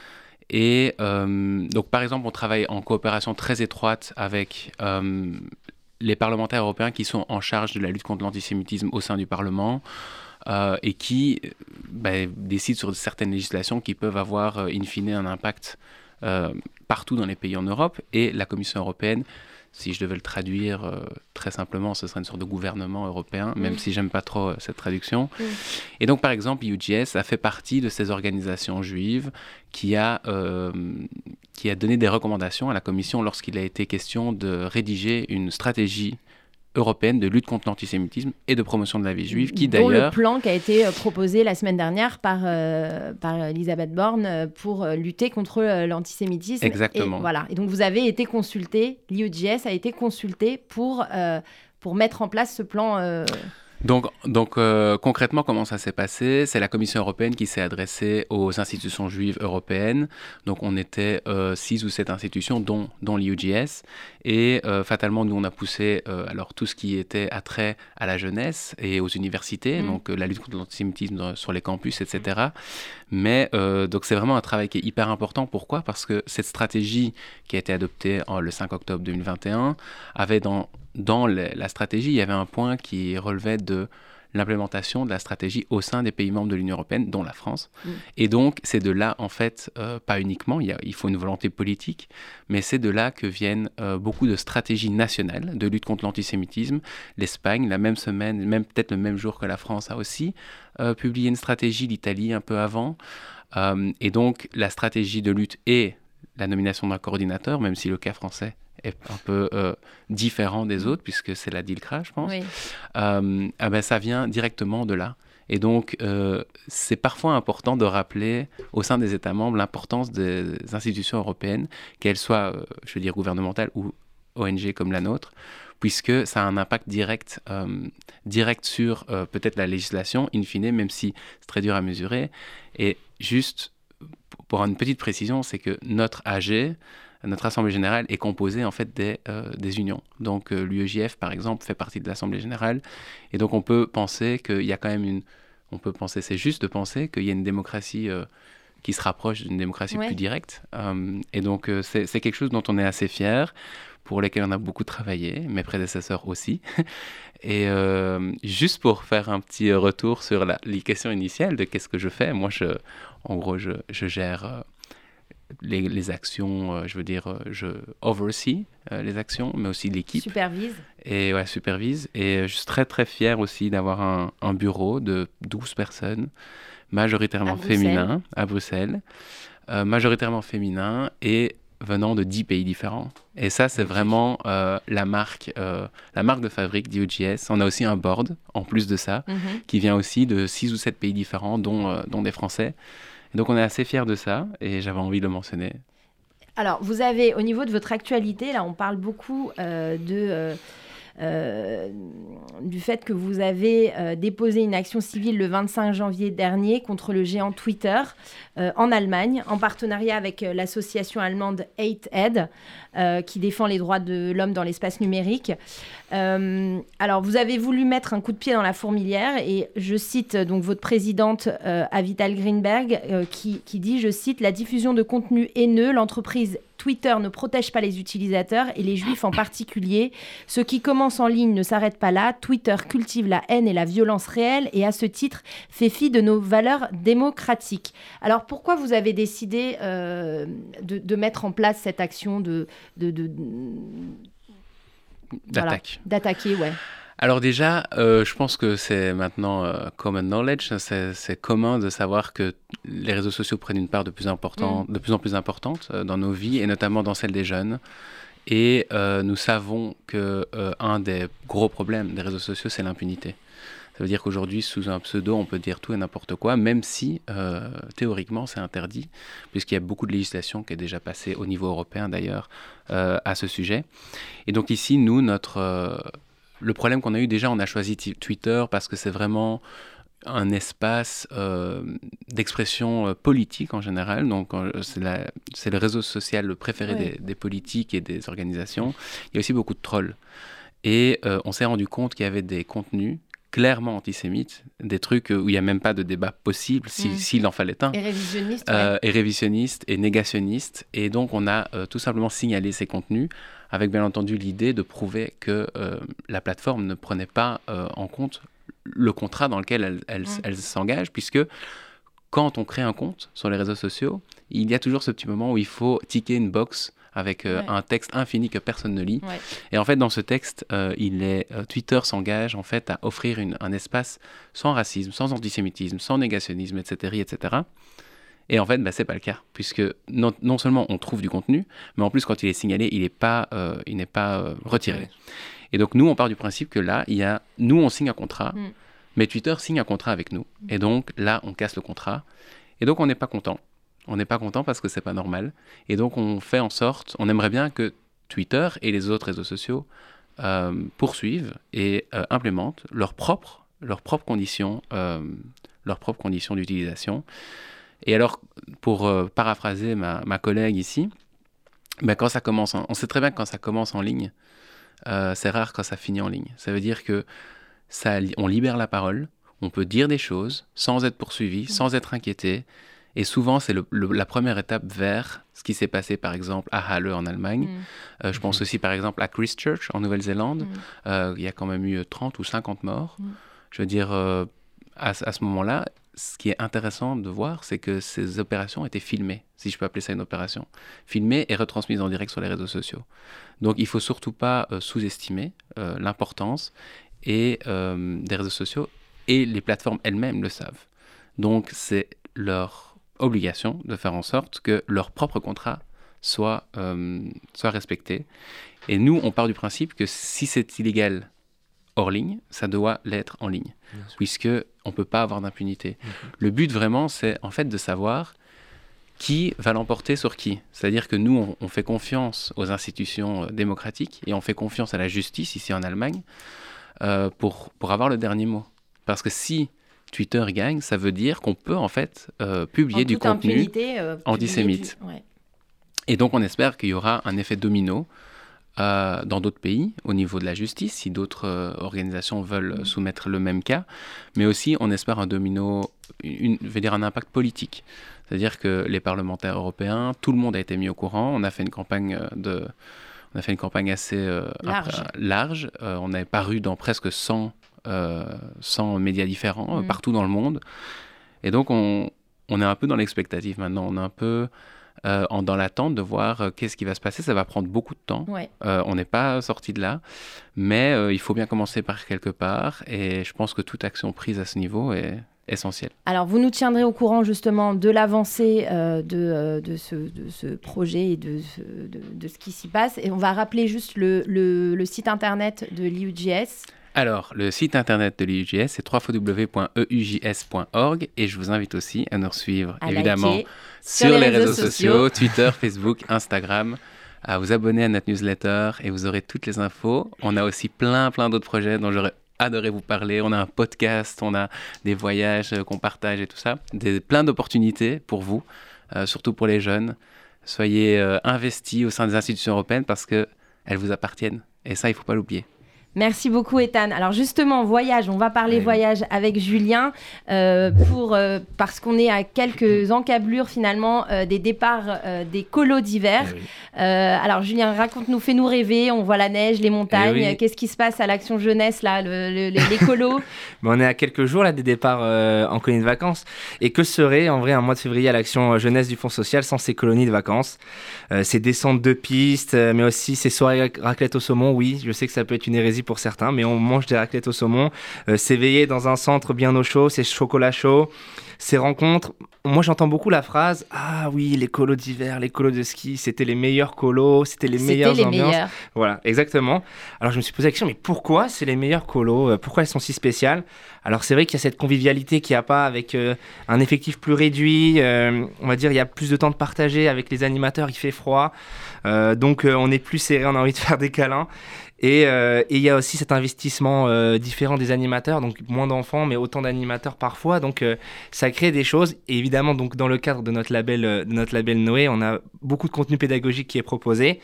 Et euh, donc par exemple, on travaille en coopération très étroite avec euh, les parlementaires européens qui sont en charge de la lutte contre l'antisémitisme au sein du Parlement euh, et qui bah, décident sur certaines législations qui peuvent avoir in fine un impact euh, partout dans les pays en Europe. Et la Commission européenne, si je devais le traduire euh, très simplement, ce serait une sorte de gouvernement européen, mmh. même si j'aime pas trop euh, cette traduction. Mmh. Et donc, par exemple, U J S a fait partie de ces organisations juives qui a, euh, qui a donné des recommandations à la Commission lorsqu'il a été question de rédiger une stratégie européenne de lutte contre l'antisémitisme et de promotion de la vie juive, qui dont d'ailleurs... le plan qui a été proposé la semaine dernière par, euh, par Elisabeth Borne pour lutter contre l'antisémitisme. Exactement. Et, voilà. Et donc vous avez été consulté, l'I E J S a été consulté pour, euh, pour mettre en place ce plan... Euh... Donc, donc euh, concrètement, comment ça s'est passé ? C'est la Commission européenne qui s'est adressée aux institutions juives européennes. Donc, on était euh, six ou sept institutions, dont, dont l'I E J S. Et euh, fatalement, nous, on a poussé euh, alors, tout ce qui était attrait à la jeunesse et aux universités, mmh. donc euh, la lutte contre l'antisémitisme sur les campus, et cetera. Mais euh, donc, c'est vraiment un travail qui est hyper important. Pourquoi ? Parce que cette stratégie qui a été adoptée en, le cinq octobre deux mille vingt et un avait dans... Dans la stratégie, il y avait un point qui relevait de l'implémentation de la stratégie au sein des pays membres de l'Union européenne, dont la France. Mmh. Et donc, c'est de là, en fait, euh, pas uniquement, il, y a, il faut une volonté politique, mais c'est de là que viennent euh, beaucoup de stratégies nationales de lutte contre l'antisémitisme. L'Espagne, la même semaine, même peut-être le même jour que la France, a aussi euh, publié une stratégie, l'Italie un peu avant. Euh, et donc, la stratégie de lutte et la nomination d'un coordinateur, même si le cas français est un peu euh, différent des autres, puisque c'est la DILCRA, je pense, oui. euh, ah ben, ça vient directement de là. Et donc, euh, c'est parfois important de rappeler au sein des États membres l'importance des institutions européennes, qu'elles soient, euh, je veux dire, gouvernementales ou O N G comme la nôtre, puisque ça a un impact direct, euh, direct sur euh, peut-être la législation, in fine, même si c'est très dur à mesurer. Et juste, pour une petite précision, c'est que notre A G, notre Assemblée générale est composée en fait des, euh, des unions. Donc euh, l'U E J F, par exemple, fait partie de l'Assemblée générale. Et donc on peut penser qu'il y a quand même une... On peut penser, c'est juste de penser qu'il y a une démocratie euh, qui se rapproche d'une démocratie ouais. plus directe. Euh, et donc euh, c'est, c'est quelque chose dont on est assez fiers, pour lesquels on a beaucoup travaillé, mes prédécesseurs aussi. Et euh, juste pour faire un petit retour sur la, les questions initiales de qu'est-ce que je fais, moi, je, en gros, je, je gère... Euh, Les, les actions, euh, je veux dire, euh, je oversee euh, les actions, mais aussi l'équipe. Supervise. Et ouais, supervise. Et je suis très, très fier aussi d'avoir un, un bureau de douze personnes, majoritairement féminins, à Bruxelles, euh, majoritairement féminins et venant de dix pays différents. Et ça, c'est vraiment euh, la marque, euh, la marque de fabrique d'U E J S. On a aussi un board, en plus de ça, mm-hmm. qui vient aussi de six ou sept pays différents, dont, euh, dont des Français. Et donc, on est assez fiers de ça, et j'avais envie de le mentionner. Alors, vous avez, au niveau de votre actualité, là, on parle beaucoup euh, de, euh, euh, du fait que vous avez euh, déposé une action civile le vingt-cinq janvier dernier contre le géant Twitter euh, en Allemagne, en partenariat avec euh, l'association allemande Hate Aid, euh, qui défend les droits de l'homme dans l'espace numérique. Euh, alors, vous avez voulu mettre un coup de pied dans la fourmilière et je cite euh, donc votre présidente euh, Avital Greenberg euh, qui, qui dit, je cite, « La diffusion de contenu haineux, l'entreprise Twitter ne protège pas les utilisateurs et les juifs en particulier. Ce qui commence en ligne ne s'arrête pas là. Twitter cultive la haine et la violence réelle et à ce titre fait fi de nos valeurs démocratiques. » Alors pourquoi vous avez décidé euh, de, de mettre en place cette action de... de, de, de D'attaque. Voilà, d'attaquer, ouais. Alors déjà, euh, je pense que c'est maintenant euh, common knowledge, c'est, c'est commun de savoir que les réseaux sociaux prennent une part de plus, important, mmh. de plus en plus importante euh, dans nos vies, et notamment dans celle des jeunes. Et euh, nous savons qu'un euh, des gros problèmes des réseaux sociaux, c'est l'impunité. Ça veut dire qu'aujourd'hui, sous un pseudo, on peut dire tout et n'importe quoi, même si, euh, théoriquement, c'est interdit, puisqu'il y a beaucoup de législation qui est déjà passée au niveau européen, d'ailleurs, euh, à ce sujet. Et donc ici, nous, notre... Euh, le problème qu'on a eu, déjà, on a choisi t- Twitter parce que c'est vraiment un espace euh, d'expression euh, politique, en général. Donc, euh, c'est, la, c'est le réseau social préféré oui. des, des politiques et des organisations. Il y a aussi beaucoup de trolls. Et euh, on s'est rendu compte qu'il y avait des contenus clairement antisémites, des trucs où il n'y a même pas de débat possible, si, mmh. s'il en fallait un. Et révisionnistes. Euh, ouais. Et révisionnistes et négationnistes. Et donc, on a euh, tout simplement signalé ces contenus, avec bien entendu l'idée de prouver que euh, la plateforme ne prenait pas euh, en compte le contrat dans lequel elle, elle, mmh. elle s'engage, puisque quand on crée un compte sur les réseaux sociaux, il y a toujours ce petit moment où il faut ticker une box avec euh, ouais. un texte infini que personne ne lit. Ouais. Et en fait, dans ce texte, euh, il est, euh, Twitter s'engage en fait à offrir une, un espace sans racisme, sans antisémitisme, sans négationnisme, et cetera, et cetera. Et en fait, bah, c'est pas le cas, puisque non, non seulement on trouve du contenu, mais en plus, quand il est signalé, il n'est pas, euh, il n'est pas euh, retiré. Ouais. Et donc, nous, on part du principe que là, il y a, nous, on signe un contrat, mm. mais Twitter signe un contrat avec nous. Mm. Et donc, là, on casse le contrat. Et donc, on n'est pas content. On n'est pas content parce que c'est pas normal. Et donc, on fait en sorte, on aimerait bien que Twitter et les autres réseaux sociaux euh, poursuivent et euh, implémentent leurs propres, leurs propres conditions, euh, leurs propres conditions d'utilisation. Et alors, pour euh, paraphraser ma, ma collègue ici, ben, quand ça commence, en, on sait très bien que quand ça commence en ligne, euh, c'est rare quand ça finit en ligne. Ça veut dire que ça, on libère la parole, on peut dire des choses sans être poursuivi, mmh. sans être inquiété. Et souvent, c'est le, le, la première étape vers ce qui s'est passé, par exemple, à Halle en Allemagne. Mm. Euh, je pense aussi, par exemple, à Christchurch en Nouvelle-Zélande. Mm. Euh, il y a quand même eu trente ou cinquante morts. Mm. Je veux dire, euh, à, à ce moment-là, ce qui est intéressant de voir, c'est que ces opérations étaient filmées, si je peux appeler ça une opération. Filmées et retransmises en direct sur les réseaux sociaux. Donc, il ne faut surtout pas euh, sous-estimer euh, l'importance et, euh, des réseaux sociaux. Et les plateformes elles-mêmes le savent. Donc, c'est leur obligation de faire en sorte que leur propre contrat soit, euh, soit respecté. Et nous, on part du principe que si c'est illégal hors ligne, ça doit l'être en ligne, puisqu'on ne peut pas avoir d'impunité. Mmh. Le but, vraiment, c'est en fait de savoir qui va l'emporter sur qui. C'est-à-dire que nous, on, on fait confiance aux institutions euh, démocratiques et on fait confiance à la justice, ici en Allemagne, euh, pour, pour avoir le dernier mot. Parce que si Twitter gagne, ça veut dire qu'on peut en fait euh, publier en du contenu euh, antisémite. Du... Ouais. Et donc on espère qu'il y aura un effet domino euh, dans d'autres pays au niveau de la justice, si d'autres euh, organisations veulent mmh. soumettre le même cas, mais aussi on espère un domino, une, je vais dire un impact politique. C'est-à-dire que les parlementaires européens, tout le monde a été mis au courant. On a fait une campagne de, on a fait une campagne assez euh, large. Après, large. Euh, on est paru dans presque cent Euh, cent médias différents, mmh. euh, partout dans le monde. Et donc, on, on est un peu dans l'expectative maintenant. On est un peu euh, en, dans l'attente de voir euh, qu'est-ce qui va se passer. Ça va prendre beaucoup de temps. Ouais. Euh, on n'est pas sorti de là. Mais euh, il faut bien commencer par quelque part. Et je pense que toute action prise à ce niveau est essentielle. Alors, vous nous tiendrez au courant justement de l'avancée euh, de, euh, de, ce, de ce projet et de, de, de ce qui s'y passe. Et on va rappeler juste le, le, le site internet de l'I U J S. Alors, le site internet de l'I U J S, c'est w w w point e u j s point org et je vous invite aussi à nous suivre, à évidemment, sur, sur les, les réseaux, réseaux sociaux, sociaux, Twitter, Facebook, Instagram, à vous abonner à notre newsletter et vous aurez toutes les infos. On a aussi plein, plein d'autres projets dont j'aurais adoré vous parler. On a un podcast, on a des voyages qu'on partage et tout ça. Des, plein d'opportunités pour vous, euh, surtout pour les jeunes. Soyez euh, investis au sein des institutions européennes parce qu'elles vous appartiennent. Et ça, il ne faut pas l'oublier. Merci beaucoup, Ethan. Alors justement, voyage, on va parler oui. voyage avec Julien euh, pour, euh, parce qu'on est à quelques encablures finalement euh, des départs euh, des colos d'hiver. Oui. Euh, alors Julien, raconte-nous, fais-nous rêver, on voit la neige, les montagnes, oui. qu'est-ce qui se passe à l'Action Jeunesse, là, le, le, les, les colos? On est à quelques jours là, des départs euh, en colonies de vacances. Et que serait en vrai un mois de février à l'Action Jeunesse du Fonds social sans ces colonies de vacances? euh, Ces descentes de pistes, euh, mais aussi ces soirées raclette au saumon, oui, je sais que ça peut être une hérésie pour certains, mais on mange des raclettes au saumon, euh, s'éveiller dans un centre bien au chaud, ces chocolats chauds, ces rencontres. Moi, j'entends beaucoup la phrase « Ah oui, les colos d'hiver, les colos de ski, c'était les meilleurs colos, c'était les c'était meilleures les ambiances. » Meilleurs. Voilà, exactement. Alors, je me suis posé la question, mais pourquoi c'est les meilleurs colos? Pourquoi elles sont si spéciales? Alors, c'est vrai qu'il y a cette convivialité qu'il n'y a pas avec euh, un effectif plus réduit. Euh, on va dire, il y a plus de temps de partager avec les animateurs, il fait froid. Euh, donc, euh, on est plus serré, on a envie de faire des câlins. Et il euh, y a aussi cet investissement euh, différent des animateurs, donc moins d'enfants, mais autant d'animateurs parfois. Donc euh, ça crée des choses. Et évidemment, donc dans le cadre de notre label, de notre label Noé, on a beaucoup de contenu pédagogique qui est proposé.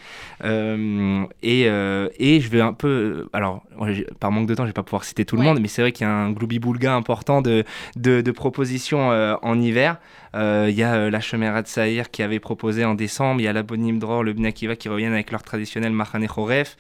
Euh, et, euh, et je vais un peu, alors par manque de temps, je vais pas pouvoir citer tout le ouais. monde, mais c'est vrai qu'il y a un gloubi-boulga important de de, de propositions euh, en hiver. Il euh, y a euh, la Chemera de Saïr qui avait proposé en décembre. Il y a la Bonim Dror, le Bnakiva qui reviennent avec leur traditionnel Mahane Choref.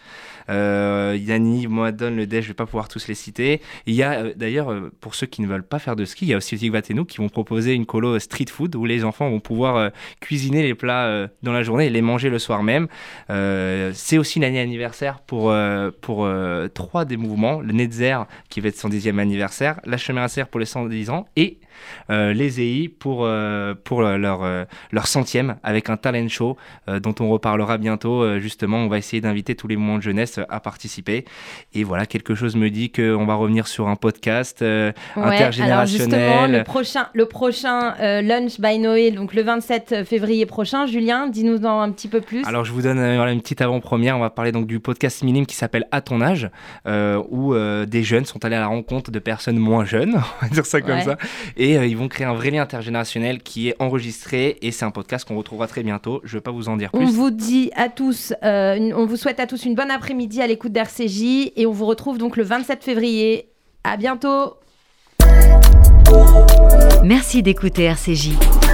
Euh, Yanni, Moadon, le Dej, je vais pas pouvoir tous les citer. Il y a euh, d'ailleurs, euh, pour ceux qui ne veulent pas faire de ski, il y a aussi Zigvatenu qui vont proposer une colo street food où les enfants vont pouvoir euh, cuisiner les plats euh, dans la journée et les manger le soir même. Euh, c'est aussi l'année anniversaire pour, euh, pour euh, trois des mouvements. Le Netzer qui va être son dixième anniversaire, la Chemera Serre pour les cent dix ans et Euh, les E I pour, euh, pour leur, euh, leur centième avec un talent show euh, dont on reparlera bientôt. Euh, justement, on va essayer d'inviter tous les mouvements de jeunesse à participer. Et voilà, quelque chose me dit qu'on va revenir sur un podcast euh, ouais, intergénérationnel. Alors justement, le prochain, le prochain euh, Lunch by Noé, donc le vingt-sept février prochain. Julien, dis-nous en un petit peu plus. Alors, je vous donne euh, voilà, une petite avant-première. On va parler donc du podcast minime qui s'appelle À ton âge, euh, où euh, des jeunes sont allés à la rencontre de personnes moins jeunes, on va dire ça comme ouais. ça. Et Et euh, ils vont créer un vrai lien intergénérationnel qui est enregistré et c'est un podcast qu'on retrouvera très bientôt. Je ne vais pas vous en dire plus. On vous dit à tous, euh, une, on vous souhaite à tous une bonne après-midi à l'écoute d'R C J et on vous retrouve donc le vingt-sept février. À bientôt. Merci d'écouter R C J.